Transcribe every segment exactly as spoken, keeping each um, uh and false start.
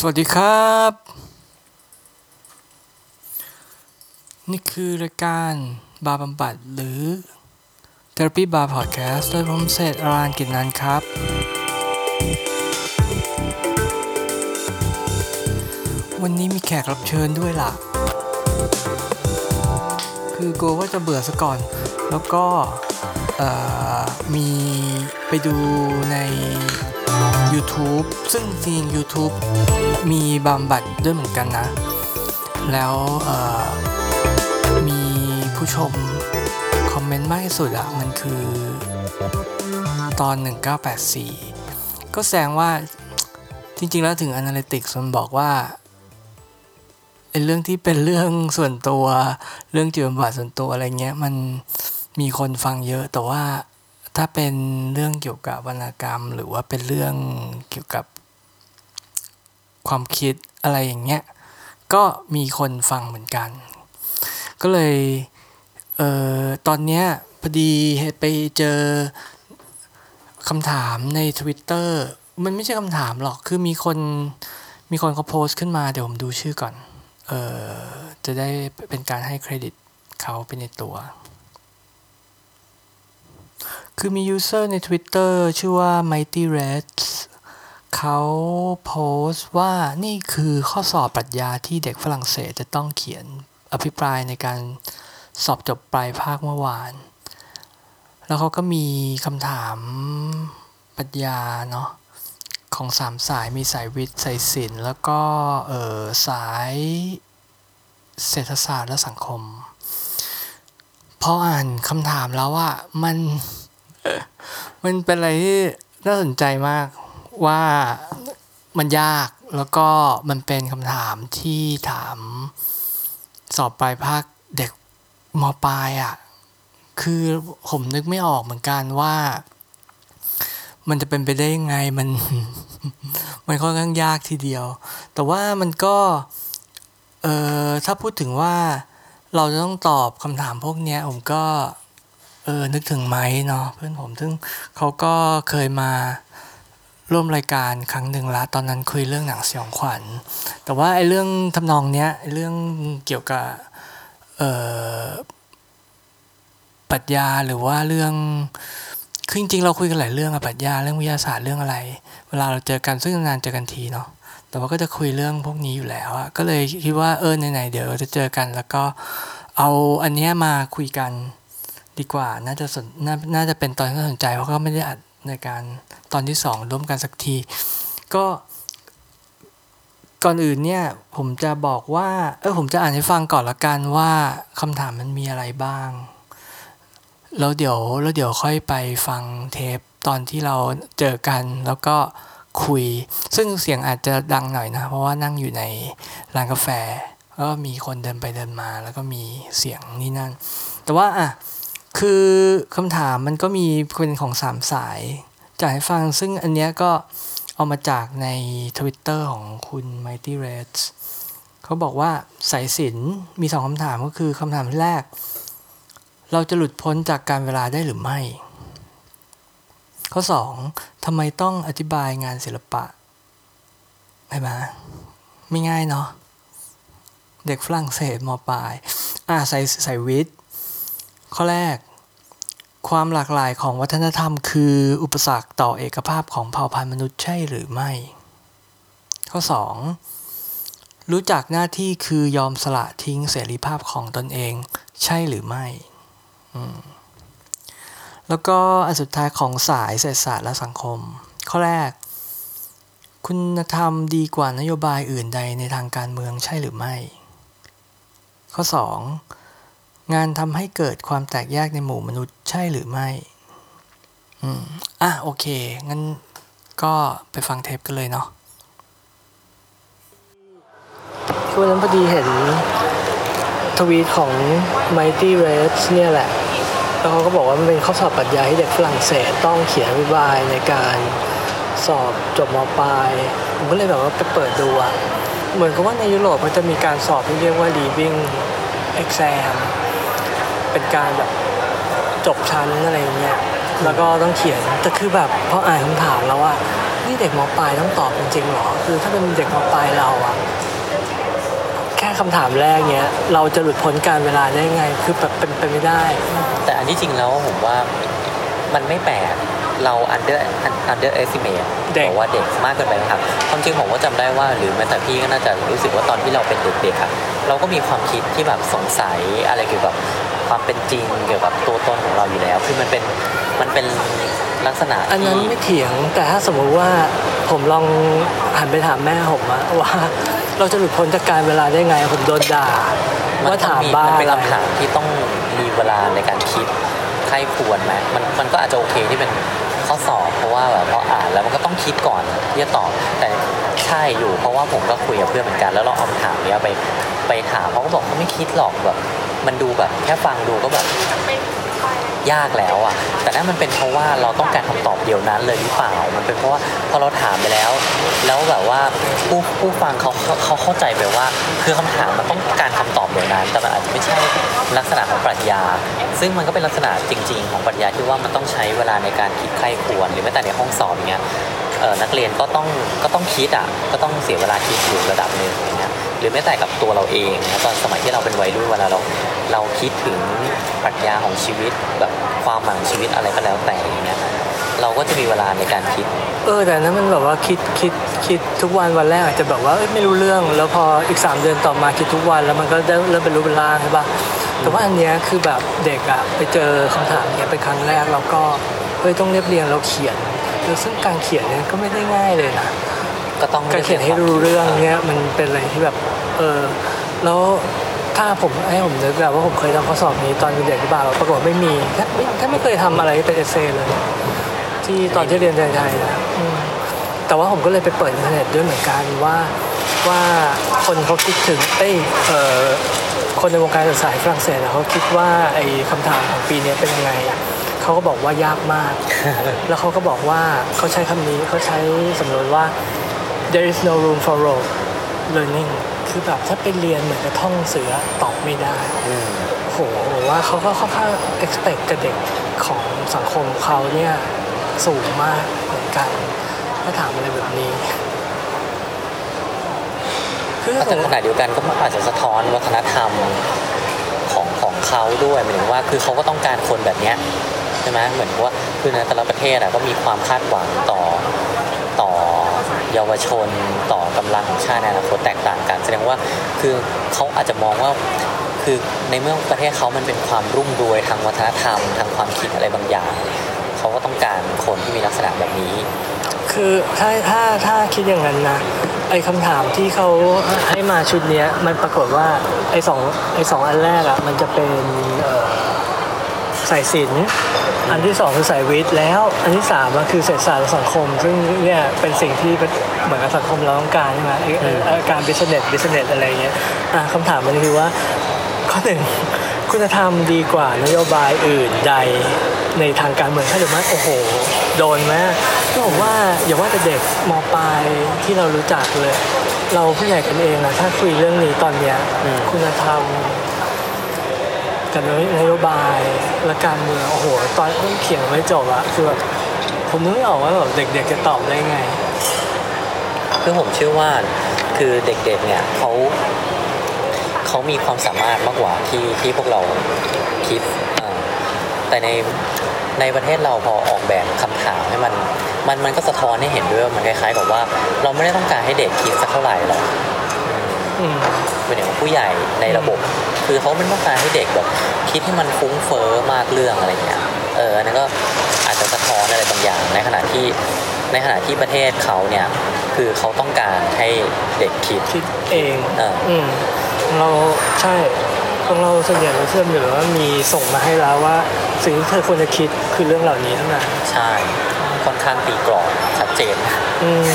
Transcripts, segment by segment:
สวัสดีครับนี่คือรายการบาร์บำบัดหรือ Therapy Bar Podcast โดยผมเศรษฐ์ อรานกิจนันท์ครับวันนี้มีแขกรับเชิญด้วยล่ะคือกลัวว่าจะเบื่อซะก่อนแล้วก็มีไปดูใน YouTube ซึ่งจริง YouTube มีบำบัดด้วยเหมือนกันนะแล้วมีผู้ชมคอมเมนต์มากที่สุดอะมันคือตอนหนึ่งเก้าแปดสี่ก็แสดงว่าจริงๆแล้วถึง Analytics มันบอกว่าไอ้เรื่องที่เป็นเรื่องส่วนตัวเรื่องจิตบำบัดส่วนตัวอะไรเงี้ยมันมีคนฟังเยอะแต่ว่าถ้าเป็นเรื่องเกี่ยวกับวรรณกรรมหรือว่าเป็นเรื่องเกี่ยวกับความคิดอะไรอย่างเงี้ยก็มีคนฟังเหมือนกันก็เลยเอ่อตอนเนี้ยพอดีไปเจอคำถามใน Twitter มันไม่ใช่คำถามหรอกคือมีคนมีคนเขาโพสต์ขึ้นมาเดี๋ยวผมดูชื่อก่อนเอ่อจะได้เป็นการให้เครดิตเขาไปในตัวคือมียูเซอร์ใน Twitter ชื่อว่า Mighty Reds เขาโพสต์ว่านี่คือข้อสอบปรัชญาที่เด็กฝรั่งเศสจะต้องเขียนอภิปรายในการสอบจบปลายภาคเมื่อวานแล้วเขาก็มีคำถามปรัชญาเนาะของสามสายมีสายวิทย์สายศิลป์แล้วก็เอ่อสายเศรษฐศาสตร์และสังคมพออ่านคำถามแล้วอ่ะมันมันเป็นอะไรที่น่าสนใจมากว่ามันยากแล้วก็มันเป็นคำถามที่ถามสอบปลายภาคเด็กม.ปลายอ่ะคือผมนึกไม่ออกเหมือนกันว่ามันจะเป็นไปได้ยังไงมันมันค่อนข้างยากทีเดียวแต่ว่ามันก็เอ่อถ้าพูดถึงว่าเราจะต้องตอบคำถามพวกนี้ผมก็เออนึกถึงไม้เนาะเพื่อนผมซึ่งเขาก็เคยมาร่วมรายการครั้งหนึ่งละตอนนั้นคุยเรื่องหนังสยองขวัญแต่ว่าไอ้เรื่องทำนองเนี้ยเรื่องเกี่ยวกับเอ่อปรัชญาหรือว่าเรื่องคือจริงๆเราคุยกันหลายเรื่องอะปรัชญาเรื่องวิทยาศาสตร์เรื่องอะไรเวลาเราเจอกันซึ่งนานเจอกันทีเนาะแต่ว่าก็จะคุยเรื่องพวกนี้อยู่แล้วอะก็เลยคิดว่าเออไหนๆเดี๋ยวเราจะเจอกันแล้วก็เอาอันเนี้ยมาคุยกันดีกว่าน่าจะสนน่าน่าจะเป็นตอนที่น่าสนใจเพราะก็ไม่ได้อัดในการตอนที่สองร่วมกันสักทีก็ก่อนอื่นเนี่ยผมจะบอกว่าเออผมจะอ่านให้ฟังก่อนละกันว่าคำถามมันมีอะไรบ้างแล้วเดี๋ยวแล้วเดี๋ยวค่อยไปฟังเทปตอนที่เราเจอกันแล้วก็คุยซึ่งเสียงอาจจะดังหน่อยนะเพราะว่านั่งอยู่ในร้านกาแฟแล้วก็มีคนเดินไปเดินมาแล้วก็มีเสียงนี่นั่นแต่ว่าอ่ะคือคำถามมันก็มีเป็นของสามสายจะให้ฟังซึ่งอันเนี้ยก็เอามาจากใน Twitter ของคุณ Mighty Reds เขาบอกว่าสายศิลป์มีสองคำถามก็คือคำถามแรกเราจะหลุดพ้นจากการเวลาได้หรือไม่ข้อสองทำไมต้องอธิบายงานศิลปะใช่ไหมไม่ง่ายเนาะเด็กฝรั่งเศสม.ปลายอ่ะใส่ใส่วิทย์ข้อแรกความหลากหลายของวัฒนธรรมคืออุปสรรคต่อเอกภาพของเผ่าพันธุ์มนุษย์ใช่หรือไม่ข้อสองรู้จักหน้าที่คือยอมสละทิ้งเสรีภาพของตนเองใช่หรือไม่แล้วก็อันสุดท้ายของสายเศรษฐศาสตร์และสังคมข้อแรกคุณธรรมดีกว่านโยบายอื่นใดในทางการเมืองใช่หรือไม่ข้อสองงานทำให้เกิดความแตกแยกในหมู่มนุษย์ใช่หรือไม่อืมอ่ะโอเคงั้นก็ไปฟังเทปกันเลยเนาะวันนั้นพอดีเห็นทวีตของ Mighty Reds เนี่ยแหละแล้วเขาก็บอกว่ามันเป็นข้อสอบปรัชญาที่เด็กฝรั่งเศสต้องเขียนอธิบายในการสอบจบม.ปลายผมก็เลยแบบว่าไปเปิดดูอ่ะเหมือนกับว่าในยุโรปมันจะมีการสอบที่เรียกว่า leaving exam เป็นการแบบจบชั้นอะไรเงี้ยแล้วก็ต้องเขียนแต่คือแบบพออ่านคำถามแล้วอ่ะนี่เด็กม.ปลายต้องตอบจริงๆหรอคือถ้าเป็นเด็กม.ปลายเราอะแค่คำถามแรกเนี้ยเราจะหลุดพ้นการเวลาได้ไงคือแบบเป็นไปไม่ได้แต่อันที่จริงแล้วผมว่ามันไม่แปลกเรา under under estimate บอกว่าเด็กมากเกินไปครับความจริงผมก็จำได้ว่าหรือแม้แต่พี่ก็น่าจะรู้สึกว่าตอนที่เราเป็นเด็กๆครับเราก็มีความคิดที่แบบสงสัยอะไรเกี่ยวกับความเป็นจริงเกี่ยวกับตัวตนของเราอยู่แล้วคือมันเป็นมันเป็นลักษณะอันนั้นไม่เถียงแต่ถ้าสมมติว่าผมลองหันไปถามแม่ผมว่าเราจะหลุดพ้นจากการเวลาได้ไงผมโดนด่าว่าถามบ้ามันเป็นคำถามที่ต้องมีเวลาในการคิดใครควรไหมมันมันก็อาจจะโอเคที่เป็นข้อสอบเพราะว่าแบบพออ่านแล้วมันก็ต้องคิดก่อนที่จะตอบแต่ใช่อยู่เพราะว่าผมก็คุยกับเพื่อนเหมือนกันแล้วเราเอาคำถามนี้ไปไปถามเขาก็บอกเขาไม่คิดหรอกแบบมันดูแบบแค่ฟังดูก็แบบยากแล้วอ่ะแต่นั่นมันเป็นเพราะว่าเราต้องการคำตอบเดียวนั้นเลยหรือเปล่ามันเป็นเพราะว่าพอเราถามไปแล้วแล้วแบบว่าผู้ผู้ฟังเขาเขาเข้าใจไปว่าคือคำถามมันต้องการคำตอบเดียวนั้นแต่มันอาจจะไม่ใช่ลักษณะของปรัชญาซึ่งมันก็เป็นลักษณะจริงๆของปรัชญาที่ว่ามันต้องใช้เวลาในการคิดใคร่ครวญหรือแม้แต่ในห้องสอบอย่างเงี้ยเอ่อนักเรียนก็ต้องก็ต้องคิดอ่ะก็ต้องเสียเวลาคิดอยู่ระดับนึงอย่างเงี้ยหรือแม้แต่กับตัวเราเองนะตอนสมัยที่เราเป็นวัยรุ่นเวลาเราเราคิดถึงปรัชญาของชีวิตแบบความหมายของชีวิตอะไรก็แล้วแต่อย่างเงี้ยเราก็จะมีเวลาในการคิดเออแต่นั้นมันแบบว่าคิดคิดคิดทุกวันวันแรกอาจจะแบบว่าไม่รู้เรื่องแล้วพออีกสามเดือนต่อมาคิดทุกวันแล้วมันก็ได้เริ่มเป็นรู้เป็นร่างใช่ป่ะแต่ว่าอันเนี้ยคือแบบเด็กอะไปเจอคำถามเนี้ยเป็นครั้งแรกแล้วก็เฮ้ยต้องเรียบเรียงแล้วเขียนซึ่งการเขียนเนี่ยก็ไม่ได้ง่ายเลยนะก็ต้องการเขียนให้รู้เรื่องเนี้ยมันเป็นอะไรที่แบบเออแล้วถ้าผมให้ผมนึกแบบว่าผมเคยทำข้อสอบนี้ตอนเด็กหรือเปล่าปรากฏไม่มีแค่แค่ไม่เคยทำอะไรเป็นเอเซ่เลยที่ตอนที่เรียนไทยๆนะแต่ว่าผมก็เลยไปเปิดอินเทอร์เน็ตด้วยเหมือนกันว่าว่าคนเขาคิดถึงเอ้ยเอ่อคนในวงการศึกษาฝรั่งเศสเขาคิดว่าไอ้คำถามของปีนี้เป็นยังไงเขาก็บอกว่ายากมาก แล้วเขาก็บอกว่าเขาใช้คำนี้เขาใช้สำนวนว่า there is no room for rote learning คือแบบถ้าไปเรียนเหมือนกับท่องเสือตอบไม่ได้โหว่าเขาก็ค่อนข้าง expect กับเด็กของสังคมเขาเนี่ยสูงมากเหมือนกันถ้าถามอะไรแบบนี้คือแต่ขณะเดียวกันก็อาจจะสะท้อนวัฒนธรรมของของเขาด้วยหมายถึงว่าคือเขาก็ต้องการคนแบบเนี้ยใช่ไหมเหมือนว่าคือในแต่ละประเทศอ่ะก็มีความคาดหวังต่อต่อเยาวชนต่อกำลังของชาติในอนาคตแตกต่างกันแสดงว่าคือเขาอาจจะมองว่าคือในเมื่อประเทศเขามันเป็นความรุ่มรวยทางวัฒนธรรมทางความคิดอะไรบางอย่างเขาก็ต้องการคนที่มีลักษณะแบบนี้คือถ้าถ้าถ้าคิดอย่างนั้นนะไอ้คำถามที่เขาให้มาชุดนี้มันปรากฏว่าไอ้สองไอ้สองอันแรกอ่ะมันจะเป็นสายศิลป์อันที่สองคือสายวิทย์แล้วอันที่สามก็คือเศรษฐศาสตร์และสังคมซึ่งเนี่ยเป็นสิ่งที่เหมือนกับสังคมเราต้องการใช่ไหมการบิสเนสบิสเนสอะไรเงี้ยอ่ะคำถามมันคือว่าข้อหนึ่งคุณธรรมดีกว่านโยบายอื่นใดในทางการเมืองใช่หรือไม่โอ้โหโดนไหมก็ผมว่าอย่าว่าแต่เด็กม.ปลายที่เรารู้จักเลยเราผู้ใหญ่กันเองอะถ้าคุยเรื่องนี้ตอนเนี้ยคุณธรรมกับนโยบายและการเมืองโอ้โหตอนเขียนไม่จบอะคือแบบผมนึกไม่ออกว่าแบบเด็กๆจะตอบได้ไงคือผมเชื่อว่าคือเด็กๆเนี่ยเขาเขามีความสามารถมากกว่าที่ที่พวกเราคิดแต่ในในประเทศเราพอออกแบบคำถามให้มันมันมันก็สะท้อนให้เห็นด้วยว่ามันคล้ายๆกับว่าเราไม่ได้ต้องการให้เด็กคิดสักเท่าไหร่หรอกเป็นอย่างผู้ใหญ่ในระบบคือเขาไม่ต้องการให้เด็กแบบคิดให้มันฟุ้งเฟ้อมากเรื่องอะไรเงี้ยเอออันนั้นก็อาจจะสะท้อนอะไรบางอย่างในขณะที่ในขณะที่ประเทศเขาเนี่ยคือเขาต้องการให้เด็กคิดคิดเองเออเราใช่ของเราส่วนใหญ่เราเชื่อมอยู่ว่ามีส่งมาให้แล้วว่าสิ่งที่เธอควรจะคิดคือเรื่องเหล่านี้เท่านั้นใช่ค่อนข้างตีกรอบชัดเจนอืม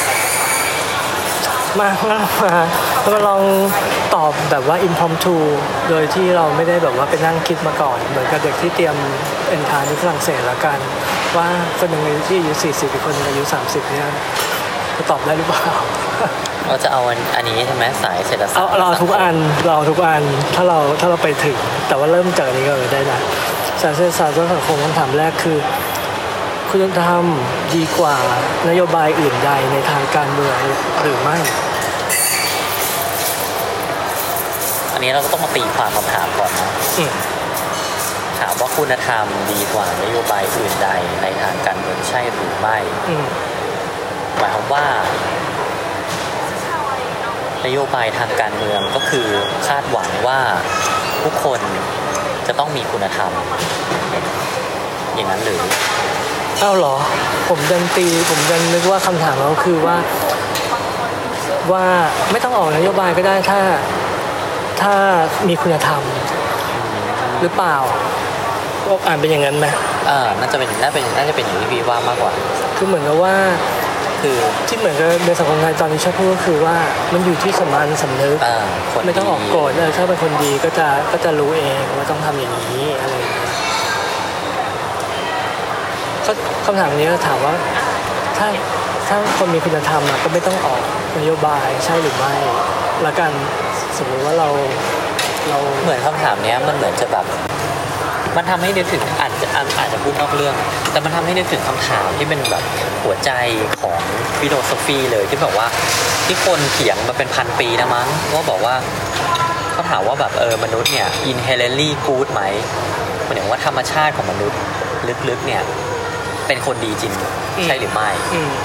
มามามาลองตอบแบบว่า impromptu โดยที่เราไม่ได้แบบว่าไปนั่งคิดมาก่อนเหมือนกับเด็กที่เตรียมเอ็นทรานซ์ที่ฝรั่งเศสแล้วกันว่าคนหนึ่งที่อายุสี่สิบอีกคนนึงอายุสามสิบเนี่ยจะตอบได้หรือเปล่าเราจะเอาอันนี้ใช่ไหมสายเศรษฐศาสตร์เอาเราทุกอันเราทุกอันถ้าเราถ้าเราไปถึงแต่ว่าเริ่มจากอันนี้ก็ได้นะสายเศรษฐศาสตร์และสังคมคำถามแรกคือคุณธรรมดีกว่านโยบายอื่นใดในทางการเมืองหรือไม่อันนี้เราก็ต้องมาตีความคำถามก่อนนะถามว่าคุณธรรมดีกว่านโยบายอื่นใดในทางการเมืองใช่หรือไม่หมายความว่านโยบายทางการเมืองก็คือคาดหวังว่าทุกคนจะต้องมีคุณธรรมอย่างนั้นหรือเอ้าเหรอผมดันตีผมดันนึกว่าคำถามเราคือว่าว่าไม่ต้องออกนโยบายก็ได้ถ้าถ้ามีคุณธรรมหรือเปล่าก็อ่านเป็นอย่างนั้นไหมเออน่าจะเป็นน่าเป็นน่าจะเป็นอย่างที่พี่ว่ามากกว่าคือเหมือนกับว่าคือที่เหมือนกับในสังคมไทยตอนนี้ชอบพูดก็คือว่ามันอยู่ที่สมานสำนึกไม่ต้องออกกฎเลยถ้าเป็นคนดีก็จะก็จะรู้เองว่าต้องทำอย่างนี้อะไรอย่างเงี้ยคำถามนี้ถามว่าถ้าถ้าคนมีคุณธรรมก็ไม่ต้องออกนโยบายใช่หรือไม่ละกันสมมติว่าเราเราเหมือนคำถามนี้มันเหมือนจะแบบมันทำให้นึกถึงอาจจะอาจจะพูดนอกเรื่องแต่มันทำให้นึกถึงคำถามที่เป็นแบบหัวใจของฟิโลโซฟีเลยที่แบบว่าที่คนเถียงมาเป็นพันปีนะมั้งว่าบอกว่าเขาถามว่าแบบเออมนุษย์เนี่ย inherently good ไหมหมายถึงว่าธรรมชาติของมนุษย์ลึกๆเนี่ยเป็นคนดีจริงใช่หรือไม่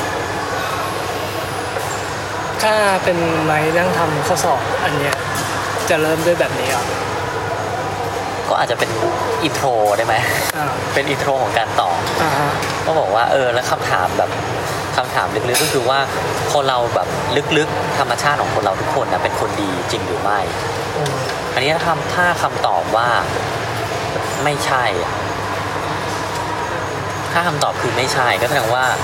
ถ้าเป็นไม้นั่งทำข้อสอบอันเนี้ยจะเริ่มด้วยแบบนี้อ่ะก็อาจจะเป็นอินโทรได้ไหมเป็นอินโทรของการตอบก็บอกว่าเออแล้วคำถามแบบคำถามลึกๆก็คือว่าคนเราแบบลึกๆธรรมชาติของคนเราทุกคนนะเป็นคนดีจริงหรือไม่อันนี้ถ้าถ้าคำตอบว่าไม่ใช่ถ้าคำตอบคือไม่ใช่ก็แสดงว่า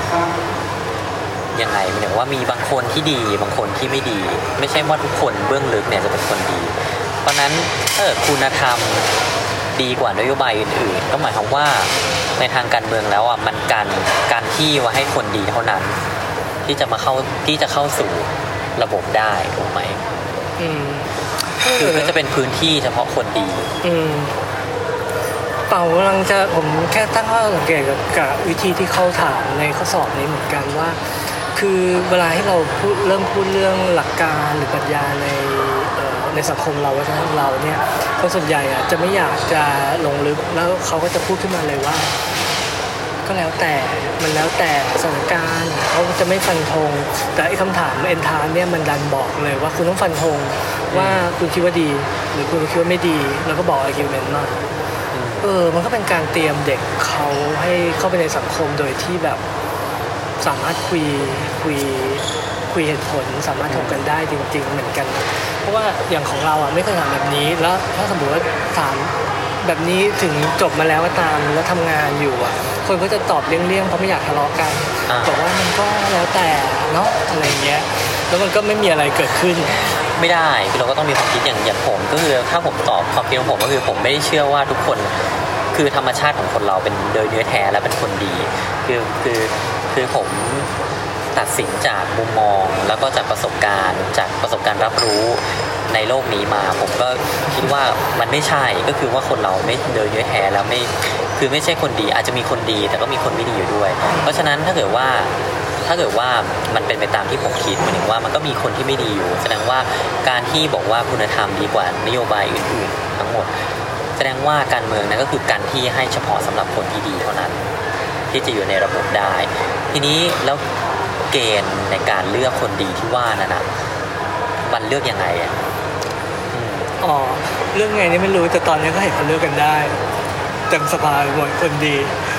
ยังไงหมายถึงว่ามีบางคนที่ดีบางคนที่ไม่ดีไม่ใช่ว่าทุกคนเบื้องลึกเนี่ยจะเป็นคนดีเพราะนั้นถ้าเกิดคุณธรรมดีกว่านโยบายอื่นๆก็หมายความว่าในทางการเมืองแล้วอ่ะมันการการที่ว่าให้คนดีเท่านั้นที่จะมาเข้าที่จะเข้าสู่ระบบได้ถูกไหมอืมคือก็จะเป็นพื้นที่เฉพาะคนดีอืมเป่ากำลังจะผมแค่ตั้งข้อสังเกตกับกับวิธีที่เขาถามในข้อสอบนี้เหมือนกันว่าคือเวลาที่เราพูดเริ่มพูดเรื่องหลักการหรือปรัชญาในในสังคมเราวัฒนธรรมเราเนี่ยคนส่วนใหญ่อ่ะจะไม่อยากจะลงลึกแล้วเขาก็จะพูดขึ้นมาเลยว่าก็แล้วแต่มันแล้วแต่สถานการณ์เขาจะไม่ฟันธงแต่ไอ้คำถามเอ็นทานเนี่ยมันดันบอกเลยว่าคุณต้องฟันธงว่าคุณคิดว่าดีหรือคุณคิดว่าไม่ดีแล้วก็บอกอาร์กิวเมนต์มาเออมันก็เป็นการเตรียมเด็กเขาให้เข้าไปในสังคมโดยที่แบบสามารถคุยคุยคุยเหตุผลสามารถถกกันได้จริงๆเหมือนกันเพราะว่าอย่างของเราอ่ะไม่เคยถามแบบนี้แล้วถ้าสมมติว่าถามแบบนี้ถึงจบมาแล้วก็ตามแล้วทำงานอยู่อ่ะคนก็จะตอบเลี่ยงๆเพราะไม่อยากทะเลาะกันบอกว่ามันก็แล้วแต่เนาะอะไรเงี้ยแล้วมันก็ไม่มีอะไรเกิดขึ้นไม่ได้คือเราก็ต้องมีความคิดอย่างอย่างผมก็คือถ้าผมตอบความคิดของผมก็คือผมไม่ได้เชื่อว่าทุกคนคือธรรมชาติของคนเราเป็นโดยเนื้อแท้และเป็นคนดีคือคือคือผมตัดสินจากมุมมองแล้วก็จากประสบการณ์จากประสบการณ์รับรู้ในโลกนี้มาผมก็คิดว่ามันไม่ใช่ก็คือว่าคนเราไม่โดยเนื้อแท้แล้วไม่คือไม่ใช่คนดีอาจจะมีคนดีแต่ก็มีคนไม่ดีอยู่ด้วยเพราะฉะนั้นถ้าเกิดว่าถ้าเกิดว่ามันเป็นไปตามที่ผมคิดหมายถึงว่ามันก็มีคนที่ไม่ดีอยู่แสดงว่าการที่บอกว่าคุณธรรมดีกว่านโยบายอื่นๆทั้งหมดแสดงว่าการเมืองนั้นก็คือการที่ให้เฉพาะสำหรับคนที่ดีเท่านั้นที่จะอยู่ในระบบได้ทีนี้แล้วเกณฑ์ในการเลือกคนดีที่ว่านั่นนะมันเลือกยังไงอ่ะอ๋อเรื่องไงนี่ไม่รู้แต่ตอนนี้ก็เห็นเขาเลือกกันได้เต็มสภาหมดคนดี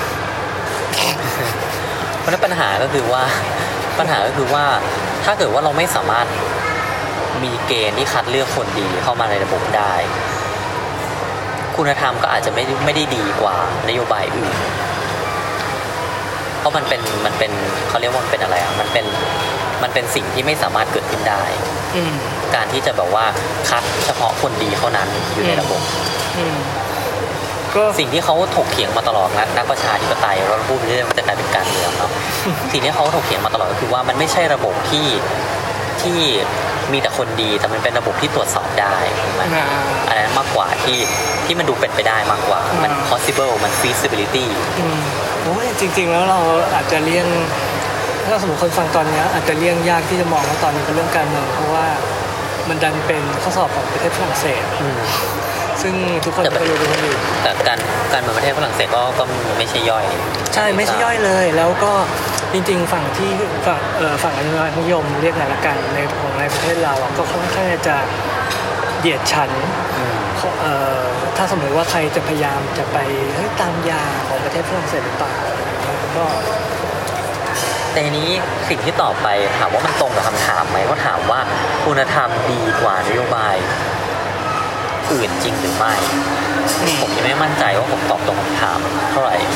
เพราะนั้นปัญหาก็คือว่าปัญหาก็คือว่าถ้าเกิดว่าเราไม่สามารถมีเกณฑ์ที่คัดเลือกคนดีเข้ามาในระบบได้คุณธรรมก็อาจจะไม่ไม่ได้ดีกว่านโยบายอื่นเพราะมันเป็นมันเป็นเขาเรียกว่ามันเป็นอะไรอ่ะมันเป็นมันเป็นสิ่งที่ไม่สามารถเกิดขึ้นได้การที่จะแบบว่าคัดเฉพาะคนดีเท่านั้นอยู่ในระบบก็สิ่งที่เขาถกเถียงมาตลอดนักประชาธิปไตยเราพูดไปเรื่อยมันจะกลายเป็นการเมืองเนาะสิ่งที่เขาถกเถียงมาตลอดก็คือว่ามันไม่ใช่ระบบที่ที่มีแต่คนดีแต่มันเป็นระบบที่ตรวจสอบได้ถูกไหมอันนั้นมากกว่าที่ที่มันดูเป็นไปได้มากกว่ามัน possible มัน feasibility อืมโอ้ยจริงๆแล้วเราอาจจะเลี่ยงถ้าสมมติคนฟังตอนนี้อาจจะเลี่ยงยากที่จะมองว่าตอนนี้เป็นเรื่องการเมืองเพราะว่ามันดันเป็นข้อสอบของประเทศฝรั่งเศสซึ่งทุกคนก็รู้กันอยู่แต่การการเมืองประเทศฝรั่งเศสก็ก็ไม่ใช่ย่อยใช่ไม่ใช่ย่อยเลยแล้วก็จริงๆฝั่งที่ฝั่งเอ่อฝั่งอนุรักษ์นิยมเรียกไงละกันในของในประเทศเราก็ค่อนข้างจะเหยียดชั้นเอ่อถ้าสมมติว่าใครจะพยายามจะไปเฮ้ยตามยาของประเทศฝรั่งเศสหรือเปล่าก็แต่นี้สิ่งที่ต่อไปถามว่ามันตรงกับคำถามไหมก็ถามว่าคุณธรรมดีกว่านโยบายอื่นจริงหรือไม่ผมยังไม่มั่นใจว่าผมตอบตรงคำถามเท่าไหร่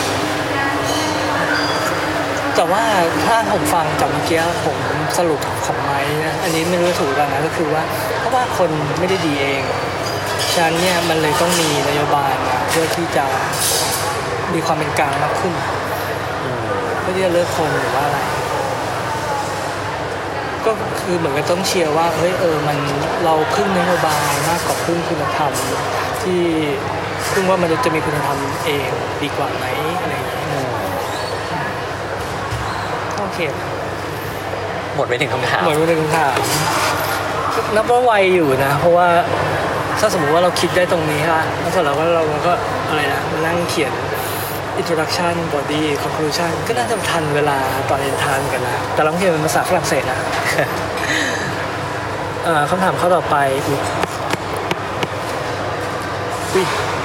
แต่ว่าถ้าผมฟังจากเมื่อกี้ผมสรุปของไม้นะอันนี้ไม่รู้ถูกกันนะก็คือว่าเพราะว่าคนไม่ได้ดีเองฉะนั้นเนี่ยมันเลยต้องมีนโยบายมาเพื่อที่จะมีความเป็นกลางมากขึ้นเพื่อที่จะเลิกคนหรือว่าอะไรก็คือเหมือนกับต้องเชียร์ว่าเฮ้ยเออมันเราพึ่งนโยบายมากกว่าพึ่งคุณธรรมที่พึ่งว่ามันจะมีคุณธรรมเองดีกว่าไหมอะไรอย่างเงี้ยโอเคหมดไปถึงคำถามหมดไปถึงคำถามนับว่าไวอยู่นะเพราะว่าถ้าสมมติว่าเราคิดได้ตรงนี้ค่ะแล้วเสร็จแล้วก็เราก็อะไรนะมานั่งเขียนintroduction body conclusion ก็น่าจะทันเวลาตอนเรียนทานกันนะแต่เราเขียนเป็นภาษาฝรั่งเศสนะ คำถามข้อต่อไปอุ๊ย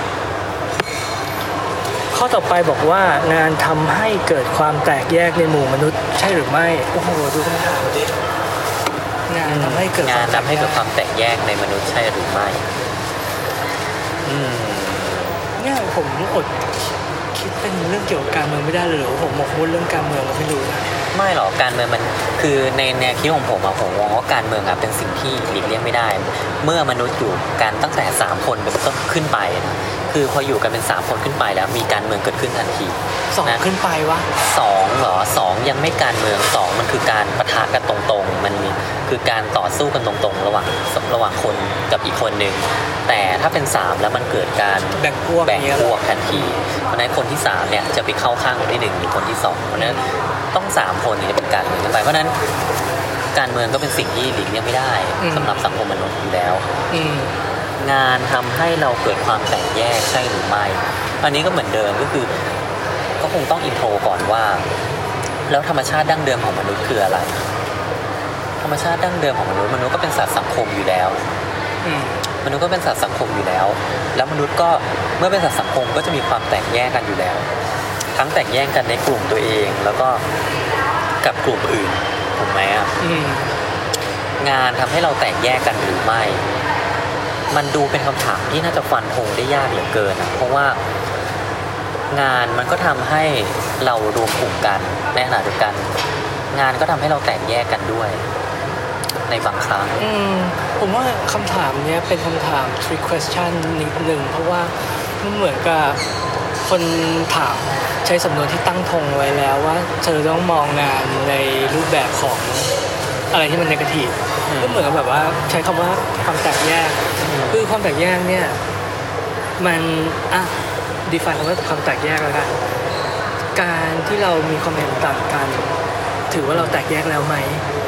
ข้อต่อไปบอกว่างานทำให้เกิดความแตกแยกในหมู่มนุษย์ใช่หรือไม่โอ้โหดูคำถามดิงานทำให้เกิดงานทำให้เกิดความแตกแยกในมนุษย์ใช่หรือไม่อืมเนี่ยผมอดคิดเป็นเรื่องเกี่ยวกับการเมืองไม่ได้เลยหรือผมหมกมุ่นเรื่องการเมืองเราไม่รู้นะไม่หรอกการเมืองมันคือในแนวคิดของผมอะผมมองว่าการเมืองอะเป็นสิ่งที่หลีกเลี่ยงไม่ได้เมื่อมนุษย์อยู่กันตั้งแต่สามคนเป็นต้นขึ้นไปคือพออยู่กันเป็นสามคนขึ้นไปแล้วมีการเมืองเกิดขึ้นทันทีสองขึ้นไปวะสองเหรอสองยังไม่การเมืองสองมันคือการปะทะกันตรงๆมันมีคือการต่อสู้กันตรงๆระหว่างระหว่างคนกับอีกคนนึงแต่ถ้าเป็นสามแล้วมันเกิดการแบ่งพวกแบ่งพวกทันทีเพราะนั้นคนที่สามเนี่ยจะไปเข้าข้างคนที่หนึ่งหรือคนที่สองเพราะนั้นต้องสามคนนี้จะเป็นการเมืองกันไปเพราะนั้นการเมืองก็เป็นสิ่งที่หลีกเลี่ยงไม่ได้สำหรับสังคมมนุษย์อยู่แล้วงานทำให้เราเกิดความแตกแยกใช่หรือไม่อันนี้ก็เหมือนเดิมก็คือก็คงต้องอินโทรก่อนว่าแล้วธรรมชาติดั้งเดิมของมนุษย์คืออะไรธรรมชาติดั้งเดิมของมนุษย์มนุษย์ก็เป็นสัตว์สังคมอยู่แล้วมนุษย์ก็เป็นสัตว์สังคมอยู่แล้วแล้วมนุษย์ก็เมื่อเป็นสัตว์สังคมก็จะมีความแตกแยกกันอยู่แล้วทั้งแตกแยกกันในกลุ่มตัวเองแล้วก็กับกลุ่มอื่นถูกไหมอ่ะงานทำให้เราแตกแยกกันหรือไม่มันดูเป็นคำถามที่น่าจะฟันธงได้ยากเหลือเกินนะเพราะว่างานมันก็ทำให้เรารวมกลุ่มกันในขณะเดียวกันงานก็ทำให้เราแตกแยกกันด้วยในบางครั้งอืมผมว่าคำถามนี้เป็นคำถาม trick question นิดหนึ่งเพราะว่ามันเหมือนกับคนถามใช้สำนวนที่ตั้งธงไว้แล้วว่าเธอต้องมองงานในรูปแบบของอะไรที่มันเนกาทีฟก็เหมือนกับแบบว่าใช้คำว่าความแตกแยกคือความแตกแยกเนี่ยมันอ่ะ define คำว่าความแตกแยกแล้วกันการที่เรามีความเห็นต่างกันถือว่าเราแตกแยกแล้วไหม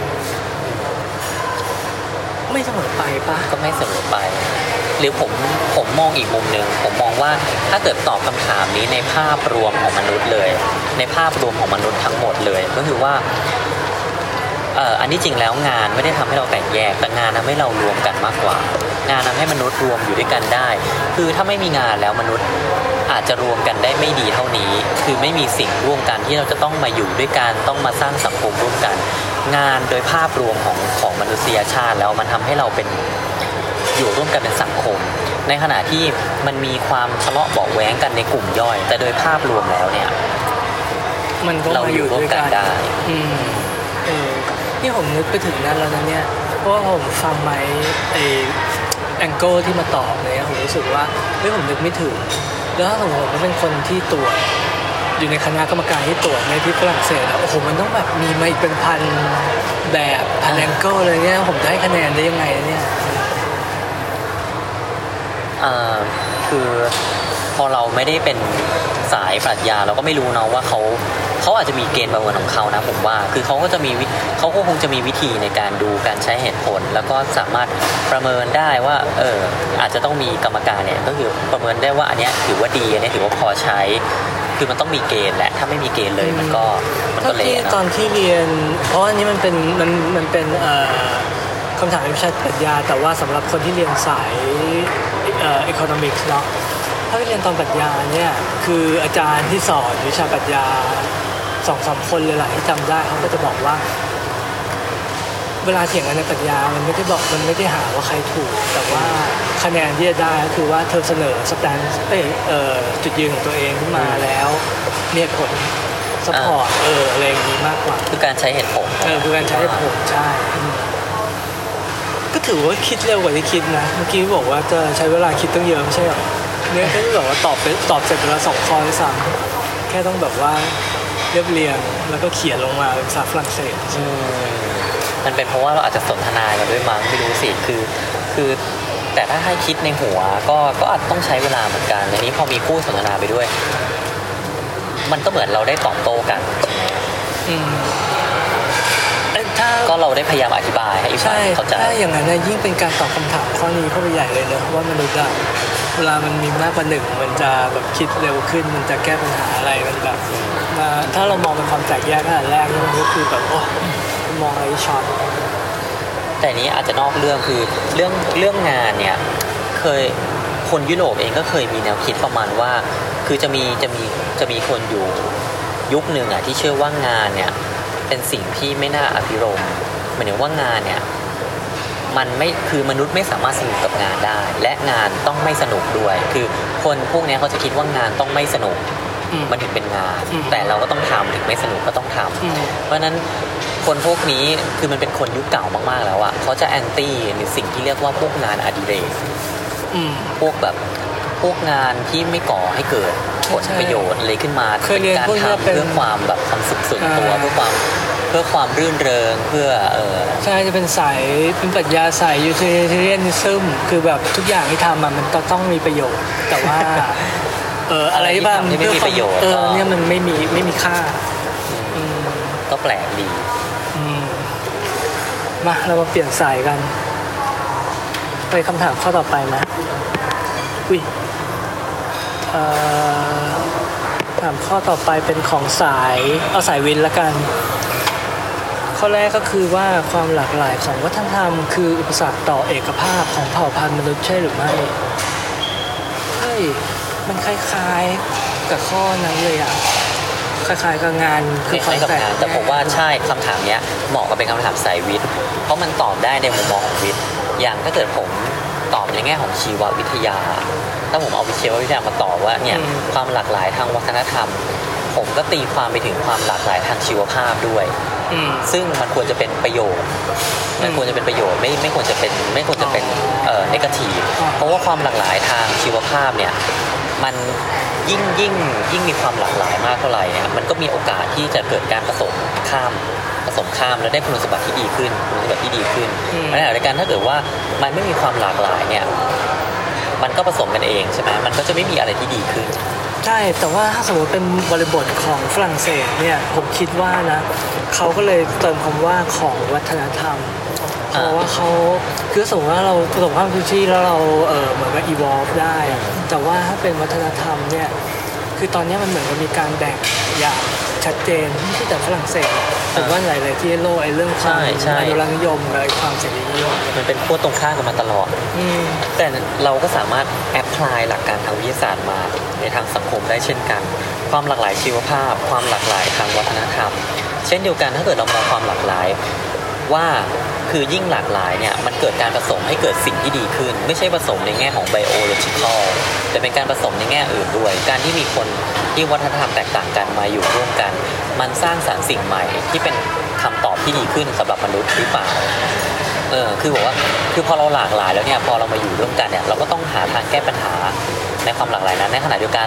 ไม่เสมอไปปะก็ไม่เสมอไปหรือผมผมมองอีกมุมนึงผมมองว่าถ้าเกิดตอบคำถามนี้ในภาพรวมของมนุษย์เลยในภาพรวมของมนุษย์ทั้งหมดเลยก็คือว่าเอ่ออันนี้จริงแล้วงานไม่ได้ทำให้เราแตกแยกแต่งานทำให้เรารวมกันมากกว่างานทำให้มนุษย์รวมอยู่ด้วยกันได้คือถ้าไม่มีงานแล้วมนุษย์อาจจะรวมกันได้ไม่ดีเท่านี้คือไม่มีสิ่งร่วมกันที่เราจะต้องมาอยู่ด้วยกันต้องมาสร้างสังคมร่วมกันงานโดยภาพรวมของของมนุษยชาติแล้วมันทำให้เราเป็นอยู่ร่วมกันเป็นสังคมในขณะที่มันมีความทะเลาะเบาะแว้งกันในกลุ่มย่อยแต่โดยภาพรวมแล้วเนี่ยมันก็เราอยู่ร่วมกันได้อืมเออนี่ผมนึกไปถึงนั้นแล้วนะเนี่ยเพราะว่าผมฟังไหมไอ้แองเกิลที่มาตอบเนี่ยผมรู้สึกว่าเฮ้ยผมนึกไม่ถึงแล้วถ้าสมมติผมเป็นคนที่ตรวจอยู่ในคณะกรรมการที่ตรวจในที่ฝรั่งเศสโอ้โหมันต้องแบบมีมาอีกเป็นพันแบบพันแองเกิลเลยเนี่ยผมจะให้คะแนนได้ยังไงเนี่ยอ่าคือพอเราไม่ได้เป็นสายปรัชญาเราก็ไม่รู้เนาะว่าเขาเขาอาจจะมีเกณฑ์ประเมินของเขานะผมว่าคือเขาก็จะมีเขาก็คงจะมีวิธีในการดูการใช้เหตุผลแล้วก็สามารถประเมินได้ว่าเอออาจจะต้องมีกรรมการเนี่ยก็คือประเมินได้ว่าอันเนี้ยถือว่าดีอันนี้ถือว่าพอใช้คือมันต้องมีเกณฑ์แหละถ้าไม่มีเกณฑ์เลยมันก็มันก็เละเนาะตอนที่เรียนเพราะอันนี้มันเป็นมันมันเป็นเอ่อคำถามวิชาปรัชญาแต่ว่าสำหรับคนที่เรียนสายเอ่อ economics เนาะถ้าเรียนตอนปรัชญาเนี่ยคืออาจารย์ที่สอนวิชาปรัชญาสองสามคนเลยแหละที่จำได้เขาก็จะบอกว่าเวลาเถียงกันในปรัชญามันไม่ได้บอกมันไม่ได้หาว่าใครถูกแต่ว่าคะแนนที่จะได้ก็คือว่าเธอเสนอสแตนเอ้ยเอ่อจุดยืนของตัวเองขึ้นมาแล้วเนี่ยผลซัพพอร์ตเอออะไรอย่างนี้มากกว่าคือการใช้เหตุผลเออคือการใช้เหตุผลใช่ก็ถือว่าคิดเร็วกว่าที่คิดนะเมื่อกี้บอกว่าจะใช้เวลาคิดตั้งเยอะไม่ใช่หรอเนี่ยแค่แบบว่าตอบไปตอบเสร็จไปแล้วสองข้อที่สามแค่ต้องแบบว่าเรียบเรียงแล้วก็เขียนลงมาเป็นภาษาฝรั่งเศสมันเป็นเพราะว่าเราอาจจะสนทนากันด้วยมั้งไม่รู้สิคือคือแต่ถ้าให้คิดในหัวก็ก็อาจต้องใช้เวลาเหมือนกันในนี้พอมีคู่สนทนาไปด้วยมันก็เหมือนเราได้ตอบโต้กันอืมก็เราได้พยายามอธิบายให้อีกฝ่ายเข้าใจใช่อย่างนั้นยิ่งเป็นการตอบคำถามข้อนี้เข้าไปใหญ่เลยเนอะว่ามนุษย์อะเวลามันมีมากกว่าหนึ่งมันจะแบบคิดเร็วขึ้นมันจะแก้ปัญหาอะไรมันแบบถ้าเรามองเป็นความแตกแยกตั้งแต่แรกมันก็คือแบบโอ้มองอะไรช็อตแต่นี้อาจจะนอกเรื่องคือเรื่องเรื่องงานเนี่ยเคยคนยุโรปเองก็เคยมีแนวคิดประมาณว่าคือจะมีจะมีจะมีคนอยู่ยุคนึงอ่ะที่เชื่อว่างานเนี่ยเป็นสิ่งที่ไม่น่าอภิรมย์หมายถึงว่างานเนี่ยมันไม่คือมนุษย์ไม่สามารถสนุกกับงานได้และงานต้องไม่สนุกด้วยคือคนพวกนี้เขาจะคิดว่างานต้องไม่สนุกมันถึงเป็นงานแต่เราก็ต้องทำถึงไม่สนุกก็ต้องทำเพราะฉะนั้นคนพวกนี้คือมันเป็นคนยุคเก่ามากๆแล้วอ่ะเขาจะแอนตี้ในสิ่งที่เรียกว่าพวกงานอดิเรกพวกแบบพวกงานที่ไม่ก่อให้เกิดผลประโยชน์อะไรขึ้นมาเป็นการทำเพื่อความแบบความสุขส่วนตัวเพื่อความเพื่อความรื่นเริงเพื่อเออใช่จะเป็นสายเป็นปรัชญาสายยูทิลิเทเรียนิซึมคือแบบทุกอย่างที่ทำมันต้องมีประโยชน์แต่ว่าเอออะไรบ้างที่ไม่มีประโยชน์เออเนี่ยมันไม่มีไม่มีค่าก็แปลกดีมาเรามาเปลี่ยนสายกันไปคำถามข้อต่อไปนะอุ้ยเอ่อถามข้อต่อไปเป็นของสายเอาสายวินละกันข้อแรกก็คือว่าความหลากหลายของวัฒนธรรมคืออุปสรรคต่อเอกภาพของเผ่าพันธุ์มนุษย์ใช่หรือไม่เฮ้ยมันคล้ายๆกับข้อนั้นเลยอ่ะคล้ายๆกับงานคือคล้ายกับงานแต่ผมว่าใช่คำถามเนี้ยเหมาะกับเป็นคำถามสายวิทย์เพราะมันตอบได้ในมุมมองของวิทย์อย่างถ้าเกิดผมตอบในแง่ของชีววิทยาถ้าผมเอาวิชีววิทยามาตอบว่าเนี่ยความหลากหลายทางวัฒนธรรมผมก็ตีความไปถึงความหลากหลายทางชีวภาพด้วยซึ่งมันควรจะเป็นประโยชน์มันควรจะเป็นประโยชน์ไม่ไม่ควรจะเป็นไม่ควรจะเป็นเอ่อเนกาทีฟเพราะว่าความหลากหลายทางชีวภาพเนี่ยมันยิ่งยิ่งยิ่งมีความหลากหลายมากเท่าไหร่เนี่ยมันก็มีโอกาสที่จะเกิดการผสมข้ามผสมข้ามแล้วได้คุณสมบัติที่ดีขึ้นคุณสมบัติที่ดีขึ้นในขณะเดียวกันถ้าเกิดว่ามันไม่มีความหลากหลายเนี่ยมันก็ผสมกันเองใช่ไหมมันก็จะไม่มีอะไรที่ดีขึ้นใช่แต่ว่าถ้าสมมติเป็นบริบทของฝรั่งเศสเนี่ยผมคิดว่านะเขาก็เลยเติมคำว่าของวัฒนธรรมเพราะว่าเขาคือสมมติว่าเราประสบความทุกข์ที่แล้วเราเออเหมือนกับ evolve ได้แต่ว่าถ้าเป็นวัฒนธรรมเนี่ยคือตอนนี้มันเหมือนกับมีการแบ่งอย่างชัดเจนไม่ใช่แต่ฝรั่งเศสแต่ว่าหลายๆที่โลกไอ้เรื่องความอนุรักษ์นิยมกับความเสรีนิยมมันเป็นขั้วตรงข้ามกันมาตลอดแต่เราก็สามารถแอพพลายหลักการทางวิทยาศาสตร์มาในทางสังคมได้เช่นกันความหลากหลายชีวภาพความหลากหลายทางวัฒนธรรมเช่นเดียวกันถ้าเกิดเรามองความหลากหลายว่าคือยิ่งหลากหลายเนี่ยมันเกิดการผสมให้เกิดสิ่งที่ดีขึ้นไม่ใช่ผสมในแง่ของ biological แต่เป็นการผสมในแง่อื่นด้วยการที่มีคนที่วัฒนธรรมแตกต่างกันมาอยู่ร่วมกันมันสร้างสรรค์สิ่งใหม่ที่เป็นคำตอบที่ดีขึ้นสำหรับมนุษย์หรือเปล่าเออคือบอกว่าคือพอเราหลากหลายแล้วเนี่ยพอเรามาอยู่ร่วมกันเนี่ยเราก็ต้องหาทางแก้ปัญหาในความหลากหลายนั้นในขณะเดียวกัน